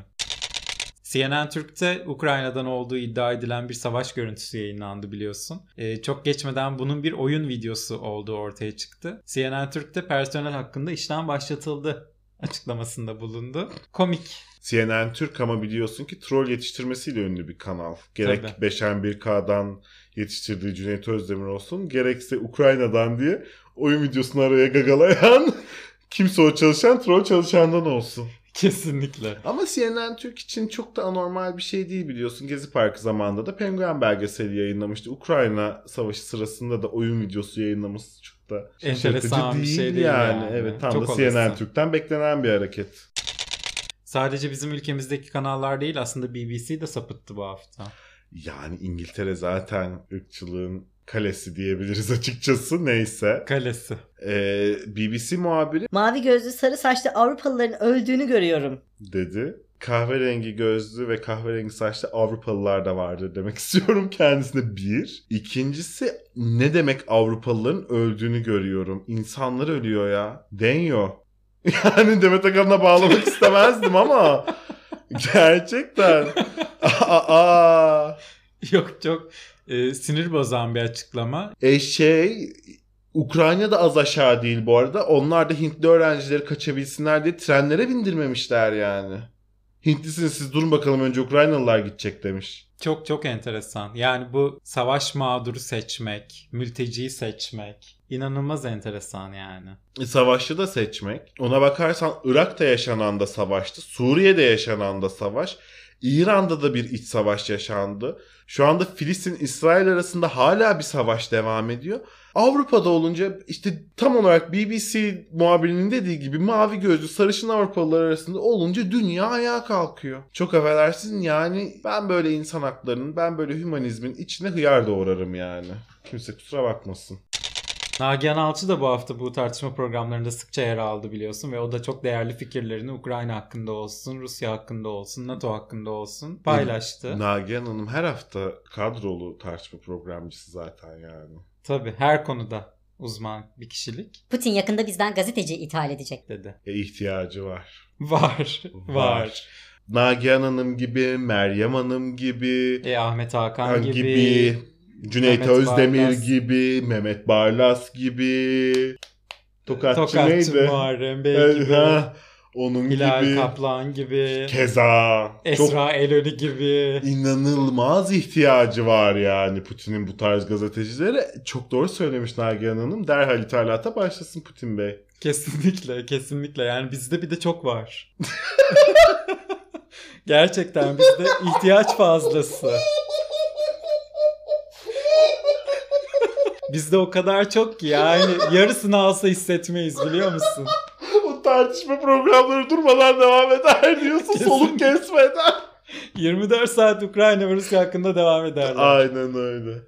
C N N Türk'te Ukrayna'dan olduğu iddia edilen bir savaş görüntüsü yayınlandı biliyorsun. Ee, çok geçmeden bunun bir oyun videosu olduğu ortaya çıktı. C N N Türk'te personel hakkında işlem başlatıldı açıklamasında bulundu. Komik. C N N Türk ama biliyorsun ki troll yetiştirmesiyle ünlü bir kanal. Gerek Tabii. Beşen bir K'dan yetiştirdiği Cüneyt Özdemir olsun, gerekse Ukrayna'dan diye oyun videosunu araya gagalayan kimse o çalışan troll çalışandan olsun. Kesinlikle. Ama C N N Türk için çok da anormal bir şey değil biliyorsun. Gezi Parkı zamanında da Penguen belgeseli yayınlamıştı. Ukrayna Savaşı sırasında da oyun videosu yayınlaması çok da şaşırtıcı Enteresan bir şey değil yani. Evet, tam Çok da C N N olası. Türk'ten beklenen bir hareket. Sadece bizim ülkemizdeki kanallar değil, aslında B B C de sapıttı bu hafta. Yani İngiltere zaten ırkçılığın kalesi diyebiliriz açıkçası, neyse. Kalesi. Ee, B B C muhabiri Mavi gözlü sarı saçlı Avrupalıların öldüğünü görüyorum. dedi. Kahverengi gözlü ve kahverengi saçlı Avrupalılar da vardır demek istiyorum kendisine, bir. İkincisi, ne demek Avrupalıların öldüğünü görüyorum. İnsanlar ölüyor ya. Deniyor. Yani Demet Akalın'a bağlamak istemezdim ama gerçekten. Aa. Yok, çok e, sinir bozan bir açıklama. E şey, Ukrayna'da az aşağı değil bu arada. Onlar da Hintli öğrencileri kaçabilsinler diye trenlere bindirmemişler yani. Hintlisiniz siz, durun bakalım önce Ukraynalılar gidecek demiş. Çok çok enteresan. Yani bu savaş mağduru seçmek, mülteciyi seçmek inanılmaz enteresan yani. E, savaşı da seçmek. Ona bakarsan Irak'ta yaşanan da savaştı. Suriye'de yaşanan da savaş. İran'da da bir iç savaş yaşandı. Şu anda Filistin-İsrail arasında hala bir savaş devam ediyor. Avrupa'da olunca işte tam olarak B B C muhabirinin dediği gibi mavi gözlü sarışın Avrupalılar arasında olunca dünya ayağa kalkıyor. Çok affedersin yani, ben böyle insan haklarının, ben böyle hümanizmin içine hıyar doğrarım yani. Kimse kusura bakmasın. Nagihan Alçı da bu hafta bu tartışma programlarında sıkça yer aldı biliyorsun ve o da çok değerli fikirlerini Ukrayna hakkında olsun, Rusya hakkında olsun, NATO hakkında olsun paylaştı. Nagihan Hanım her hafta kadrolu tartışma programcısı zaten yani. Tabii her konuda uzman bir kişilik Putin yakında bizden gazeteci ithal edecek. dedi. E ihtiyacı var. Var, var. Nagihan Hanım gibi, Meryem Hanım gibi, E Ahmet Hakan gibi, gibi Cüneyt Mehmet Özdemir Barlas. gibi, Mehmet Barlas gibi, Tokatçı, Tokatçı neydi? Muharrem Bey Evet, gibi, ha, onun Hilal gibi. Kaplan gibi, Keza. Çok Esra Elönü gibi. inanılmaz ihtiyacı var yani Putin'in bu tarz gazetecilere. Çok doğru söylemiş Nagihan Hanım. Derhal ithalata başlasın Putin Bey. Kesinlikle, kesinlikle. Yani bizde bir de çok var. Gerçekten bizde ihtiyaç fazlası. Bizde o kadar çok ki yani yarısını alsa hissetmeyiz biliyor musun? O tartışma programları durmadan devam eder diyorsun soluk kesmeden. yirmi dört saat Ukrayna ve Rusya hakkında devam ederler. Aynen öyle.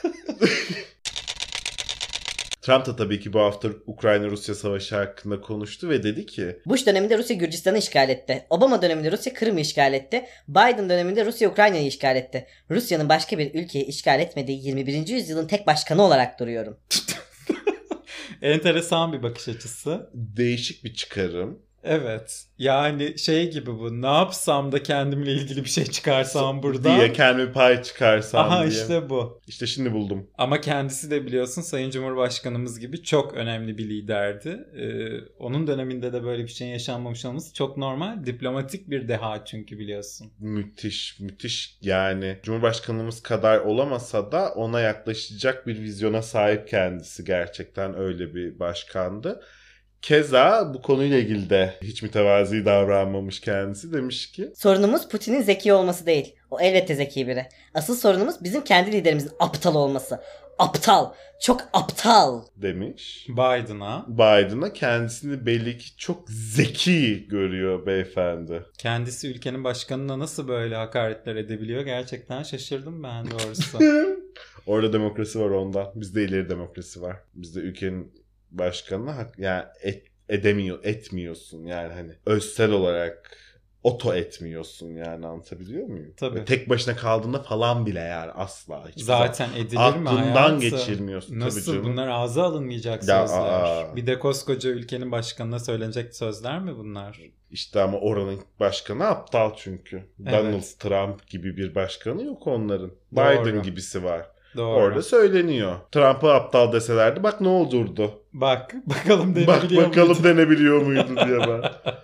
Trump da tabii ki bu hafta Ukrayna-Rusya savaşı hakkında konuştu ve dedi ki Bush döneminde Rusya Gürcistan'ı işgal etti. Obama döneminde Rusya Kırım'ı işgal etti. Biden döneminde Rusya Ukrayna'yı işgal etti. Rusya'nın başka bir ülkeyi işgal etmediği yirmi birinci yüzyılın tek başkanı olarak duruyorum. Enteresan bir bakış açısı. değişik bir çıkarım. Evet. Yani şey gibi bu. Ne yapsam da kendimle ilgili bir şey çıkarsam buradan. Diye kendime pay çıkarsam Aha diye. işte bu. İşte şimdi buldum. Ama kendisi de biliyorsun Sayın Cumhurbaşkanımız gibi çok önemli bir liderdi. Ee, onun döneminde de böyle bir şeyin yaşanmamış olması çok normal. Diplomatik bir deha çünkü biliyorsun. Müthiş, müthiş yani. Cumhurbaşkanımız kadar olamasa da ona yaklaşacak bir vizyona sahip kendisi. Gerçekten öyle bir başkandı. Keza bu konuyla ilgili de hiç mütevazi davranmamış kendisi. Demiş ki Sorunumuz Putin'in zeki olması değil. O elbette zeki biri. Asıl sorunumuz bizim kendi liderimizin aptal olması. Aptal. Çok aptal. demiş. Biden'a. Biden'a kendisini belli ki çok zeki görüyor beyefendi. Kendisi ülkenin başkanına nasıl böyle hakaretler edebiliyor? Gerçekten şaşırdım ben doğrusu. Orada demokrasi var ondan. Bizde ileri demokrasi var. Bizde ülkenin başkanına hak yani et, edemiyor etmiyorsun yani hani özsel olarak oto etmiyorsun yani, anlatabiliyor muyum? Tabii. Ve tek başına kaldığında falan bile yani asla. Hiçbir Zaten edilir mi aklından hayatım? geçirmiyorsun. Nasıl? Tabii canım. Bunlar ağza alınmayacak Ya, sözler. aa. Bir de koskoca ülkenin başkanına söylenecek sözler mi bunlar? İşte ama oranın başkanı aptal çünkü. Evet. Donald Trump gibi bir başkanı yok onların. Doğru. Biden gibisi var. Doğru. Orada söyleniyor. Trump'ı aptal deselerdi bak ne olurdu. Bak bakalım Bak denebiliyor bakalım muydu? denebiliyor muydu diye ben.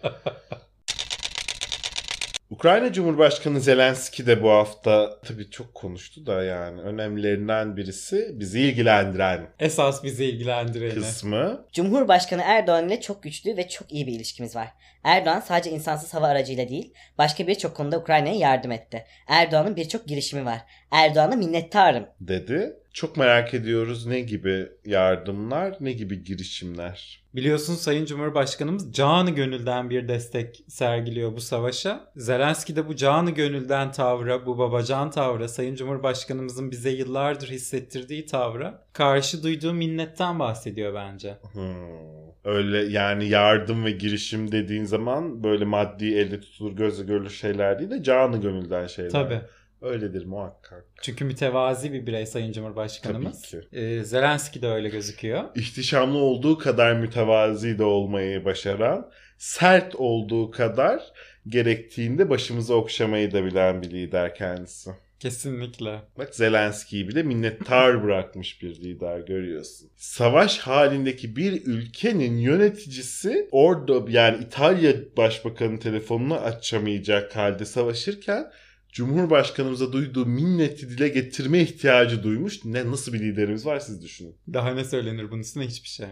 Ukrayna Cumhurbaşkanı Zelenski de bu hafta tabii çok konuştu da yani önemlilerinden birisi bizi ilgilendiren Esas bizi ilgilendireni. kısmı. Cumhurbaşkanı Erdoğan ile çok güçlü ve çok iyi bir ilişkimiz var. Erdoğan sadece insansız hava aracıyla değil, başka birçok konuda Ukrayna'ya yardım etti. Erdoğan'ın birçok girişimi var. Erdoğan'a minnettarım. Dedi. Çok merak ediyoruz ne gibi yardımlar, ne gibi girişimler. Biliyorsun Sayın Cumhurbaşkanımız canı gönülden bir destek sergiliyor bu savaşa. Zelenski de bu canı gönülden tavra, bu babacan tavra, Sayın Cumhurbaşkanımızın bize yıllardır hissettirdiği tavra karşı duyduğu minnetten bahsediyor bence. Hmm. Öyle yani yardım ve girişim dediğin zaman böyle maddi elde tutulur gözle görülür şeyler değil de canı gönülden şeyler. Tabii. Öyledir muhakkak. Çünkü mütevazi bir birey Sayın Cumhurbaşkanımız. Tabii ki. Ee, Zelenski de öyle gözüküyor. İhtişamlı olduğu kadar mütevazi de olmayı başaran, sert olduğu kadar gerektiğinde başımızı okşamayı da bilen bir lider kendisi. Kesinlikle. Bak Zelenski'yi bile minnettar bırakmış bir lider görüyorsun. Savaş halindeki bir ülkenin yöneticisi orada yani İtalya Başbakanı telefonunu açamayacak halde savaşırken Cumhurbaşkanımıza duyduğu minneti dile getirme ihtiyacı duymuş. Ne nasıl bir liderimiz var siz düşünün. Daha ne söylenir bunun üstüne hiçbir şey.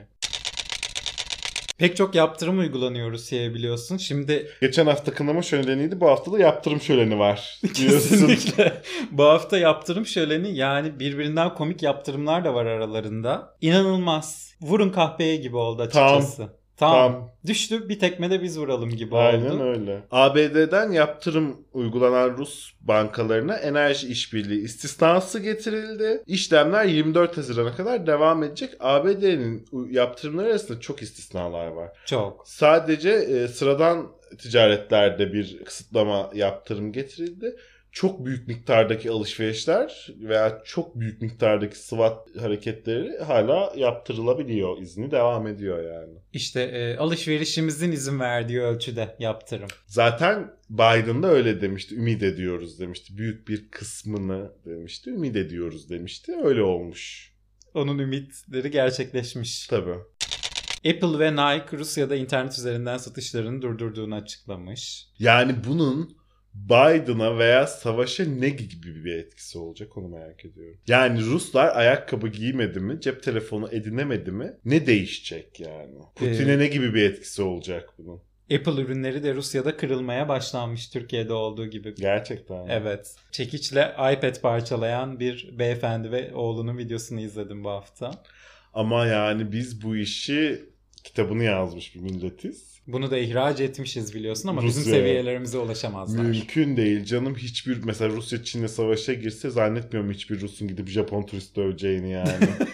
Pek çok yaptırım uygulanıyor Rusya'ya biliyorsun. Şimdi Geçen hafta kınama şöleniydi. Bu hafta da yaptırım şöleni var. Diyorsun. kesinlikle bu hafta yaptırım şöleni yani birbirinden komik yaptırımlar da var aralarında. İnanılmaz. Vurun kahpeye gibi oldu açıkçası. Tam. Tamam. Tam. Düştü bir tekme de biz vuralım gibi Aynen oldu. öyle. A B D'den yaptırım uygulanan Rus bankalarına enerji işbirliği istisnası getirildi. İşlemler yirmi dört Haziran'a kadar devam edecek. A B D'nin yaptırımları arasında çok istisnalar var. Çok. Sadece e, sıradan ticaretlerde bir kısıtlama yaptırım getirildi. Çok büyük miktardaki alışverişler veya çok büyük miktardaki SWAT hareketleri hala yaptırılabiliyor. İzni devam ediyor yani. İşte e, alışverişimizin izin verdiği ölçüde yaptırım. Zaten Biden da öyle demişti. Ümit ediyoruz demişti. Büyük bir kısmını demişti. Ümit ediyoruz demişti. Öyle olmuş. Onun ümitleri gerçekleşmiş. Tabii. Apple ve Nike Rusya'da internet üzerinden satışlarını durdurduğunu açıklamış. Yani bunun Biden'a veya savaşa ne gibi bir etkisi olacak onu merak ediyorum. Yani Ruslar ayakkabı giymedi mi, cep telefonu edinemedi mi ne değişecek yani? Putin'e Ee, ne gibi bir etkisi olacak bunun? Apple ürünleri de Rusya'da kırılmaya başlanmış Türkiye'de olduğu gibi. Gerçekten. Evet. Çekiçle iPad parçalayan bir beyefendi ve oğlunun videosunu izledim bu hafta. Ama yani biz bu işi kitabını yazmış bir milletiz. Bunu da ihraç etmişiz biliyorsun ama bizim Rusya'ya. seviyelerimize ulaşamazlar. Mümkün değil canım. Hiçbir mesela Rusya Çin'le savaşa girse zannetmiyorum hiçbir Rus'un gidip Japon turist döveceğini yani.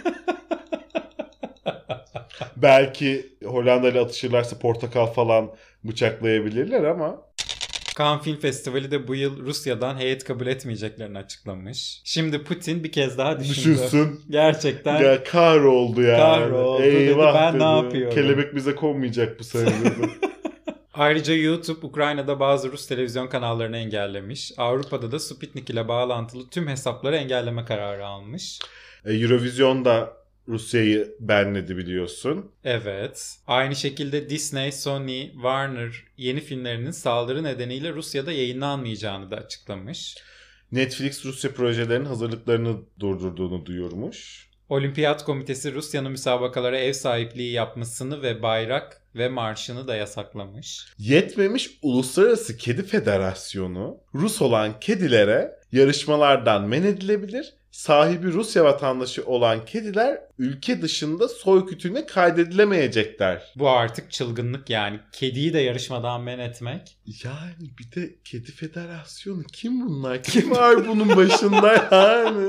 Belki Hollanda ile atışırlarsa portakal falan bıçaklayabilirler ama. Cannes Film Festivali de bu yıl Rusya'dan heyet kabul etmeyeceklerini açıklamış. Şimdi Putin bir kez daha düşündü. Düşünsün. Gerçekten. Ya kahroldu yani. Kahroldu dedi, Eyvah ben dedi. ne yapıyorum? Kelebek bize konmayacak bu sene dedi. Ayrıca YouTube Ukrayna'da bazı Rus televizyon kanallarını engellemiş. Avrupa'da da Sputnik ile bağlantılı tüm hesapları engelleme kararı almış. E, Eurovision'da Rusya'yı banledi biliyorsun. Evet. Aynı şekilde Disney, Sony, Warner yeni filmlerinin saldırı nedeniyle Rusya'da yayınlanmayacağını da açıklamış. Netflix Rusya projelerinin hazırlıklarını durdurduğunu duyurmuş. Olimpiyat Komitesi Rusya'nın müsabakalara ev sahipliği yapmasını ve bayrak ve marşını da yasaklamış. Yetmemiş Uluslararası Kedi Federasyonu Rus olan kedilere yarışmalardan men edilebilir, sahibi Rusya vatandaşı olan kediler ülke dışında soy kütüğüne kaydedilemeyecekler. Bu artık çılgınlık yani. Kediyi de yarışmadan men etmek. Yani bir de Kedi Federasyonu kim bunlar? Kim var bunun başında yani?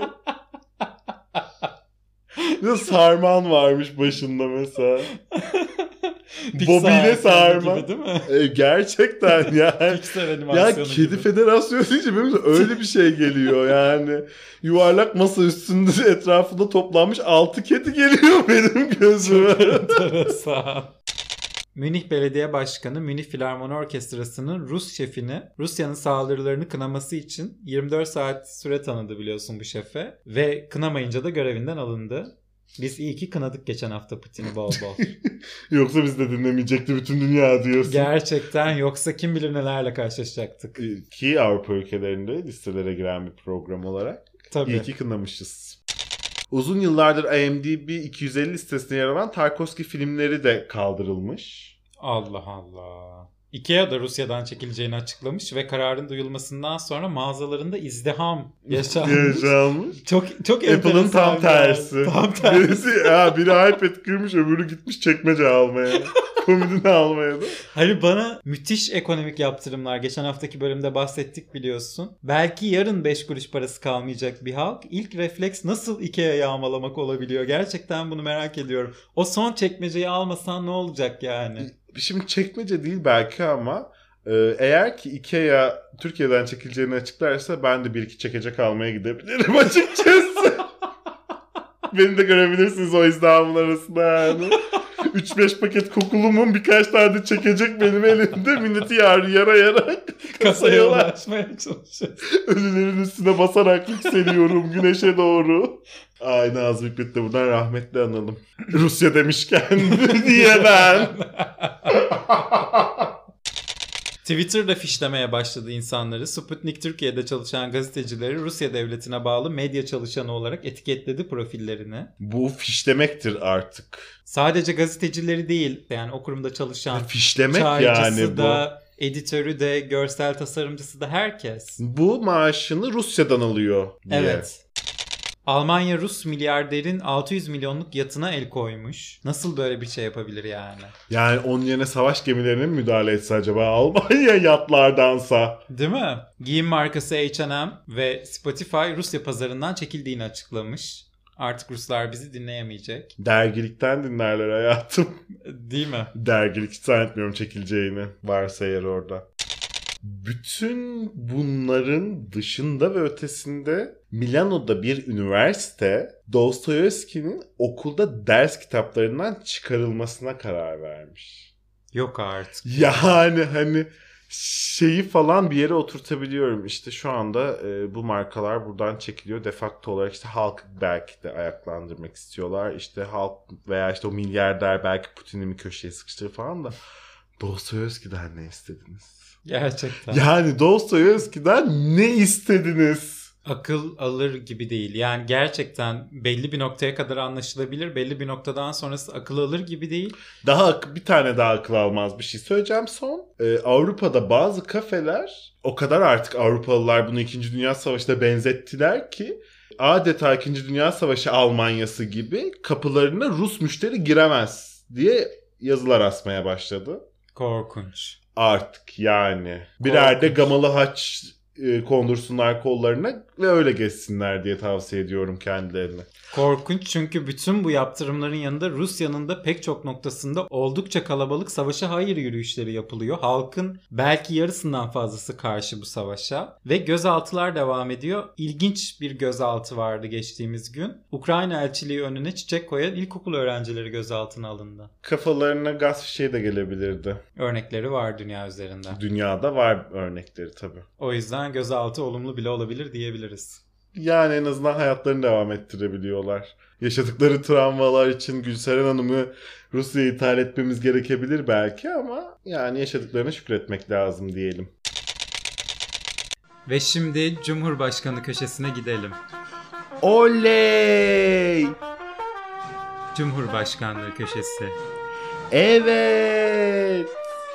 Bir de Sarman varmış başında mesela. Bobby'le Sarman. Gibi değil mi? E, gerçekten yani. Pixar Ya animasyonu Kedi gibi. Federasyonu deyince benim de öyle bir şey geliyor yani. Yuvarlak masa üstünde etrafında toplanmış altı kedi geliyor benim gözüme. Enteresan. Münih Belediye Başkanı Münih Filarmoni Orkestrası'nın Rus şefini Rusya'nın saldırılarını kınaması için yirmi dört saat süre tanıdı biliyorsun bu şefe. Ve kınamayınca da görevinden alındı. Biz iyi ki kınadık geçen hafta Putin'i bol bol. Yoksa biz de dinlemeyecekti bütün dünya diyorsun. Gerçekten yoksa kim bilir nelerle karşılaşacaktık. Ki Avrupa ülkelerinde listelere giren bir program olarak. Tabii. İyi ki kınamışız. Uzun yıllardır I M D B iki yüz elli listesine yer alan Tarkovski filmleri de kaldırılmış. Allah Allah. IKEA da Rusya'dan çekileceğini açıklamış ve kararın duyulmasından sonra mağazalarında izdiham yaşanmış. Yaşanmış. Çok çok Apple'ın enteresan tam yani. tersi. Tam tersi. Birisi, ya, biri iPad kırmış öbürü gitmiş çekmece almaya. Komodini almaya da. Hani bana müthiş ekonomik yaptırımlar. Geçen haftaki bölümde bahsettik biliyorsun. Belki yarın beş kuruş parası kalmayacak bir halk. İlk refleks nasıl IKEA'yı yağmalamak olabiliyor? Gerçekten bunu merak ediyorum. O son çekmeceyi almasan ne olacak yani? Şimdi çekmece değil belki ama e, eğer ki IKEA Türkiye'den çekileceğini açıklarsa ben de bir iki çekecek almaya gidebilirim açıkçası. Beni de görebilirsiniz o izdamın arasında yani. üç beş paket kokulumun birkaç tane de çekecek benim elimde. Milleti yar, yara yara Kasaya ulaşmaya çalışıyoruz. ölülerin üstüne basarak yükseliyorum güneşe doğru. Ay Nazım Hikmet'i de buradan rahmetli analım. Rusya demişken diye ben. Twitter'da fişlemeye başladı insanları. Sputnik Türkiye'de çalışan gazetecileri Rusya devletine bağlı medya çalışanı olarak etiketledi profillerini. Bu fişlemektir artık. Sadece gazetecileri değil, yani o kurumda çalışan Fişlemek çaycısı yani bu. da, editörü de, görsel tasarımcısı da herkes. Bu maaşını Rusya'dan alıyor diye. Evet. Almanya Rus milyarderin altı yüz milyonluk yatına el koymuş. Nasıl böyle bir şey yapabilir yani? Yani onun yerine savaş gemilerine mi müdahale etse acaba Almanya yatlardansa? Değil mi? Giyim markası H and M ve Spotify Rusya pazarından çekildiğini açıklamış. Artık Ruslar bizi dinleyemeyecek. Dergilikten dinlerler hayatım. Değil mi? Dergilik hiç zannetmiyorum çekileceğini. Varsa eğer orada. Bütün bunların dışında ve ötesinde Milano'da bir üniversite Dostoyevski'nin okulda ders kitaplarından çıkarılmasına karar vermiş. Yok artık. Yani hani şeyi falan bir yere oturtabiliyorum. İşte şu anda e, bu markalar buradan çekiliyor. De facto olarak işte halk belki de ayaklandırmak istiyorlar. İşte halk veya işte o milyarder belki Putin'i mi köşeye sıkıştırır falan da Dostoyevski'den ne istediniz? Gerçekten. Yani Dostoyevski'den ne istediniz? Akıl alır gibi değil. Yani gerçekten belli bir noktaya kadar anlaşılabilir. Belli bir noktadan sonrası akıl alır gibi değil. Daha bir tane daha akıl almaz bir şey söyleyeceğim son. Ee, Avrupa'da bazı kafeler o kadar artık Avrupalılar bunu İkinci Dünya Savaşı'na benzettiler ki adeta İkinci Dünya Savaşı Almanyası gibi kapılarına Rus müşteri giremez diye yazılar asmaya başladı. Korkunç. Artık yani. Birer de Korkunç. gamalı haç e, kondursunlar kollarına ve öyle geçsinler diye tavsiye ediyorum kendilerine. Korkunç çünkü bütün bu yaptırımların yanında Rusya'nın da pek çok noktasında oldukça kalabalık savaşa hayır yürüyüşleri yapılıyor. Halkın belki yarısından fazlası karşı bu savaşa ve gözaltılar devam ediyor. İlginç bir gözaltı vardı geçtiğimiz gün. Ukrayna elçiliği önüne çiçek koyan ilkokul öğrencileri gözaltına alındı. Kafalarına gaz fişeği de gelebilirdi. Örnekleri var dünya üzerinde. Dünyada var örnekleri tabii. O yüzden gözaltı olumlu bile olabilir diyebiliriz. Yani en azından hayatlarını devam ettirebiliyorlar. Yaşadıkları travmalar için Gülseren Hanım'ı Rusya'ya ithal etmemiz gerekebilir belki ama yani yaşadıklarına şükretmek lazım diyelim. Ve şimdi Cumhurbaşkanı köşesine gidelim. Oley! Cumhurbaşkanlığı köşesi. Evet!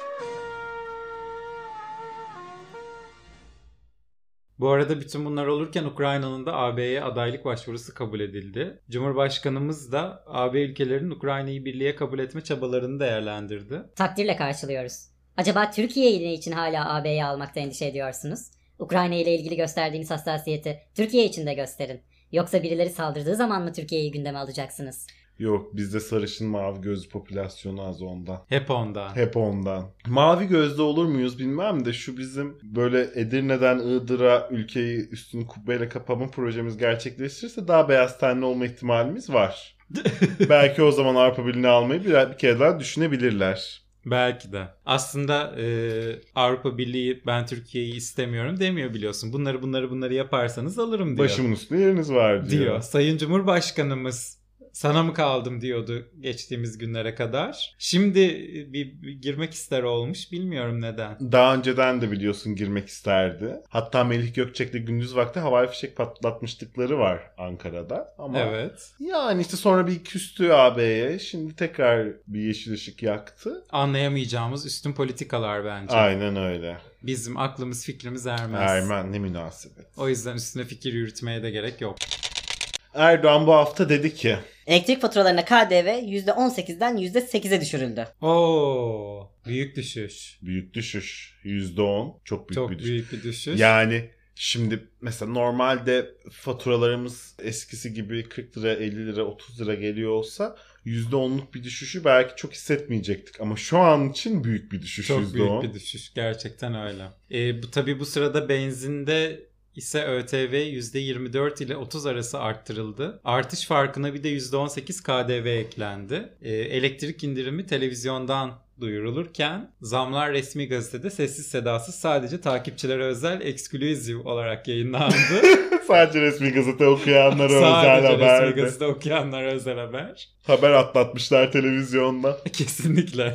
Bu arada bütün bunlar olurken Ukrayna'nın da A B'ye adaylık başvurusu kabul edildi. Cumhurbaşkanımız da A B ülkelerinin Ukrayna'yı birliğe kabul etme çabalarını değerlendirdi. Takdirle karşılıyoruz. Acaba Türkiye'yi ne için hala A B'ye almakta endişe ediyorsunuz? Ukrayna ile ilgili gösterdiğiniz hassasiyeti Türkiye için de gösterin. Yoksa birileri saldırdığı zaman mı Türkiye'yi gündeme alacaksınız? Yok, bizde sarışın mavi gözlü popülasyonu az ondan. Hep ondan. Hep ondan. Mavi gözlü olur muyuz bilmem de şu bizim böyle Edirne'den Iğdır'a ülkeyi üstünü kubbeyle kapama projemiz gerçekleştirirse daha beyaz tenli olma ihtimalimiz var. Belki o zaman Avrupa Birliği'ni almayı bir, bir kere daha düşünebilirler. Belki de. Aslında e, Avrupa Birliği ben Türkiye'yi istemiyorum demiyor biliyorsun. Bunları bunları bunları yaparsanız alırım diyor. Başımın üstünde yeriniz var diyor. diyor. Sayın Cumhurbaşkanımız sana mı kaldım diyordu geçtiğimiz günlere kadar. Şimdi bir, bir girmek ister olmuş. Bilmiyorum neden. Daha önceden de biliyorsun girmek isterdi. Hatta Melih Gökçek'le gündüz vakti havai fişek patlatmışlıkları var Ankara'da. Ama Evet. yani işte sonra bir küstü A B'ye. Şimdi tekrar bir yeşil ışık yaktı. Anlayamayacağımız üstün politikalar bence. Aynen öyle. Bizim aklımız fikrimiz ermez. Ermen ne münasebet. O yüzden üstüne fikir yürütmeye de gerek yok. Erdoğan bu hafta dedi ki Elektrik faturalarına K D V yüzde on sekizden yüzde sekize düşürüldü. Oo, büyük düşüş. büyük düşüş. yüzde on. Çok büyük Çok bir düşüş. büyük bir düşüş. Yani şimdi mesela normalde faturalarımız eskisi gibi kırk lira, elli lira, otuz lira geliyor olsa yüzde onluk bir düşüşü belki çok hissetmeyecektik. Ama şu an için büyük bir düşüş. Çok yüzde on. büyük bir düşüş. Gerçekten öyle. Ee, bu tabii bu sırada benzinde ise ÖTV yüzde yirmi dört ile otuz arası arttırıldı. Artış farkına bir de yüzde on sekiz K D V eklendi. Ee, elektrik indirimi televizyondan duyurulurken zamlar resmi gazetede sessiz sedasız sadece takipçilere özel exclusive olarak yayınlandı. Sadece resmi gazete okuyanlara özel Sadece resmi haberdi. gazete okuyanlara özel haber. Haber atlatmışlar televizyonda. Kesinlikle.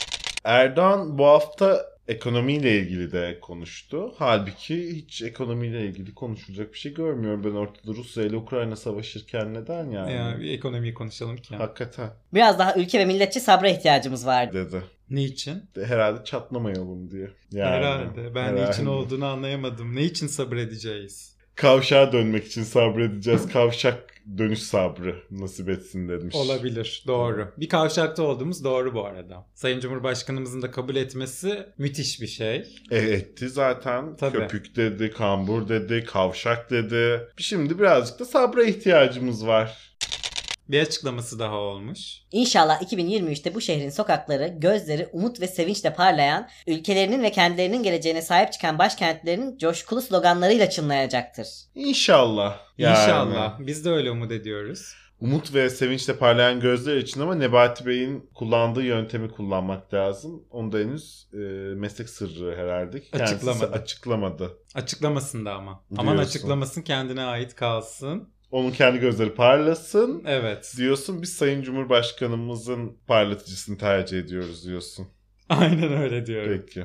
Erdoğan bu hafta ekonomiyle ilgili de konuştu. Halbuki hiç ekonomiyle ilgili konuşulacak bir şey görmüyorum ben ortada. Rusya ile Ukrayna savaşırken neden yani? Ya, bir ekonomiyi konuşalım ki. Hakikaten Biraz daha ülke ve milletçe sabra ihtiyacımız var. dedi. Niçin? Herhalde çatlamayalım diye. Yani, Herhalde. Ben herhalde. niçin olduğunu anlayamadım. Ne için sabredeceğiz? Kavşağa dönmek için sabredeceğiz. Kavşak dönüş sabrı nasip etsin demiş. Olabilir. Doğru. Bir kavşakta olduğumuz doğru bu arada. Sayın Cumhurbaşkanımızın da kabul etmesi müthiş bir şey. E, etti zaten. Tabii. Köpük dedi, kambur dedi, kavşak dedi. Şimdi birazcık da sabra ihtiyacımız var. Bir açıklaması daha olmuş. İnşallah iki bin yirmi üçte bu şehrin sokakları, gözleri umut ve sevinçle parlayan, ülkelerinin ve kendilerinin geleceğine sahip çıkan başkentlerinin coşkulu sloganlarıyla çınlayacaktır. İnşallah. Yani. İnşallah. Biz de öyle umut ediyoruz. Umut ve sevinçle parlayan gözler için ama Nebati Bey'in kullandığı yöntemi kullanmak lazım. Onu da henüz e, meslek sırrı herhalde. Kendisi Açıklamadı. açıklamadı. Açıklamasın da ama. Aman Diyorsun. açıklamasın, kendine ait kalsın. Onun kendi gözleri parlasın. Evet. Diyorsun, biz Sayın Cumhurbaşkanımızın parlatıcısını tercih ediyoruz diyorsun. Aynen öyle diyorum. Peki.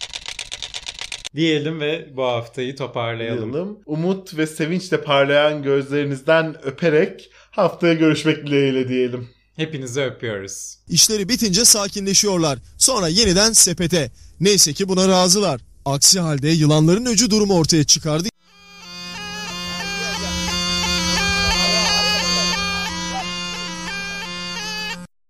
Diyelim ve bu haftayı toparlayalım. Diyelim. Umut ve sevinçle parlayan gözlerinizden öperek haftaya görüşmek dileğiyle diyelim. Hepinizi öpüyoruz. İşleri bitince sakinleşiyorlar. Sonra yeniden sepete. Neyse ki buna razılar. Aksi halde yılanların öcü durumu ortaya çıkardı.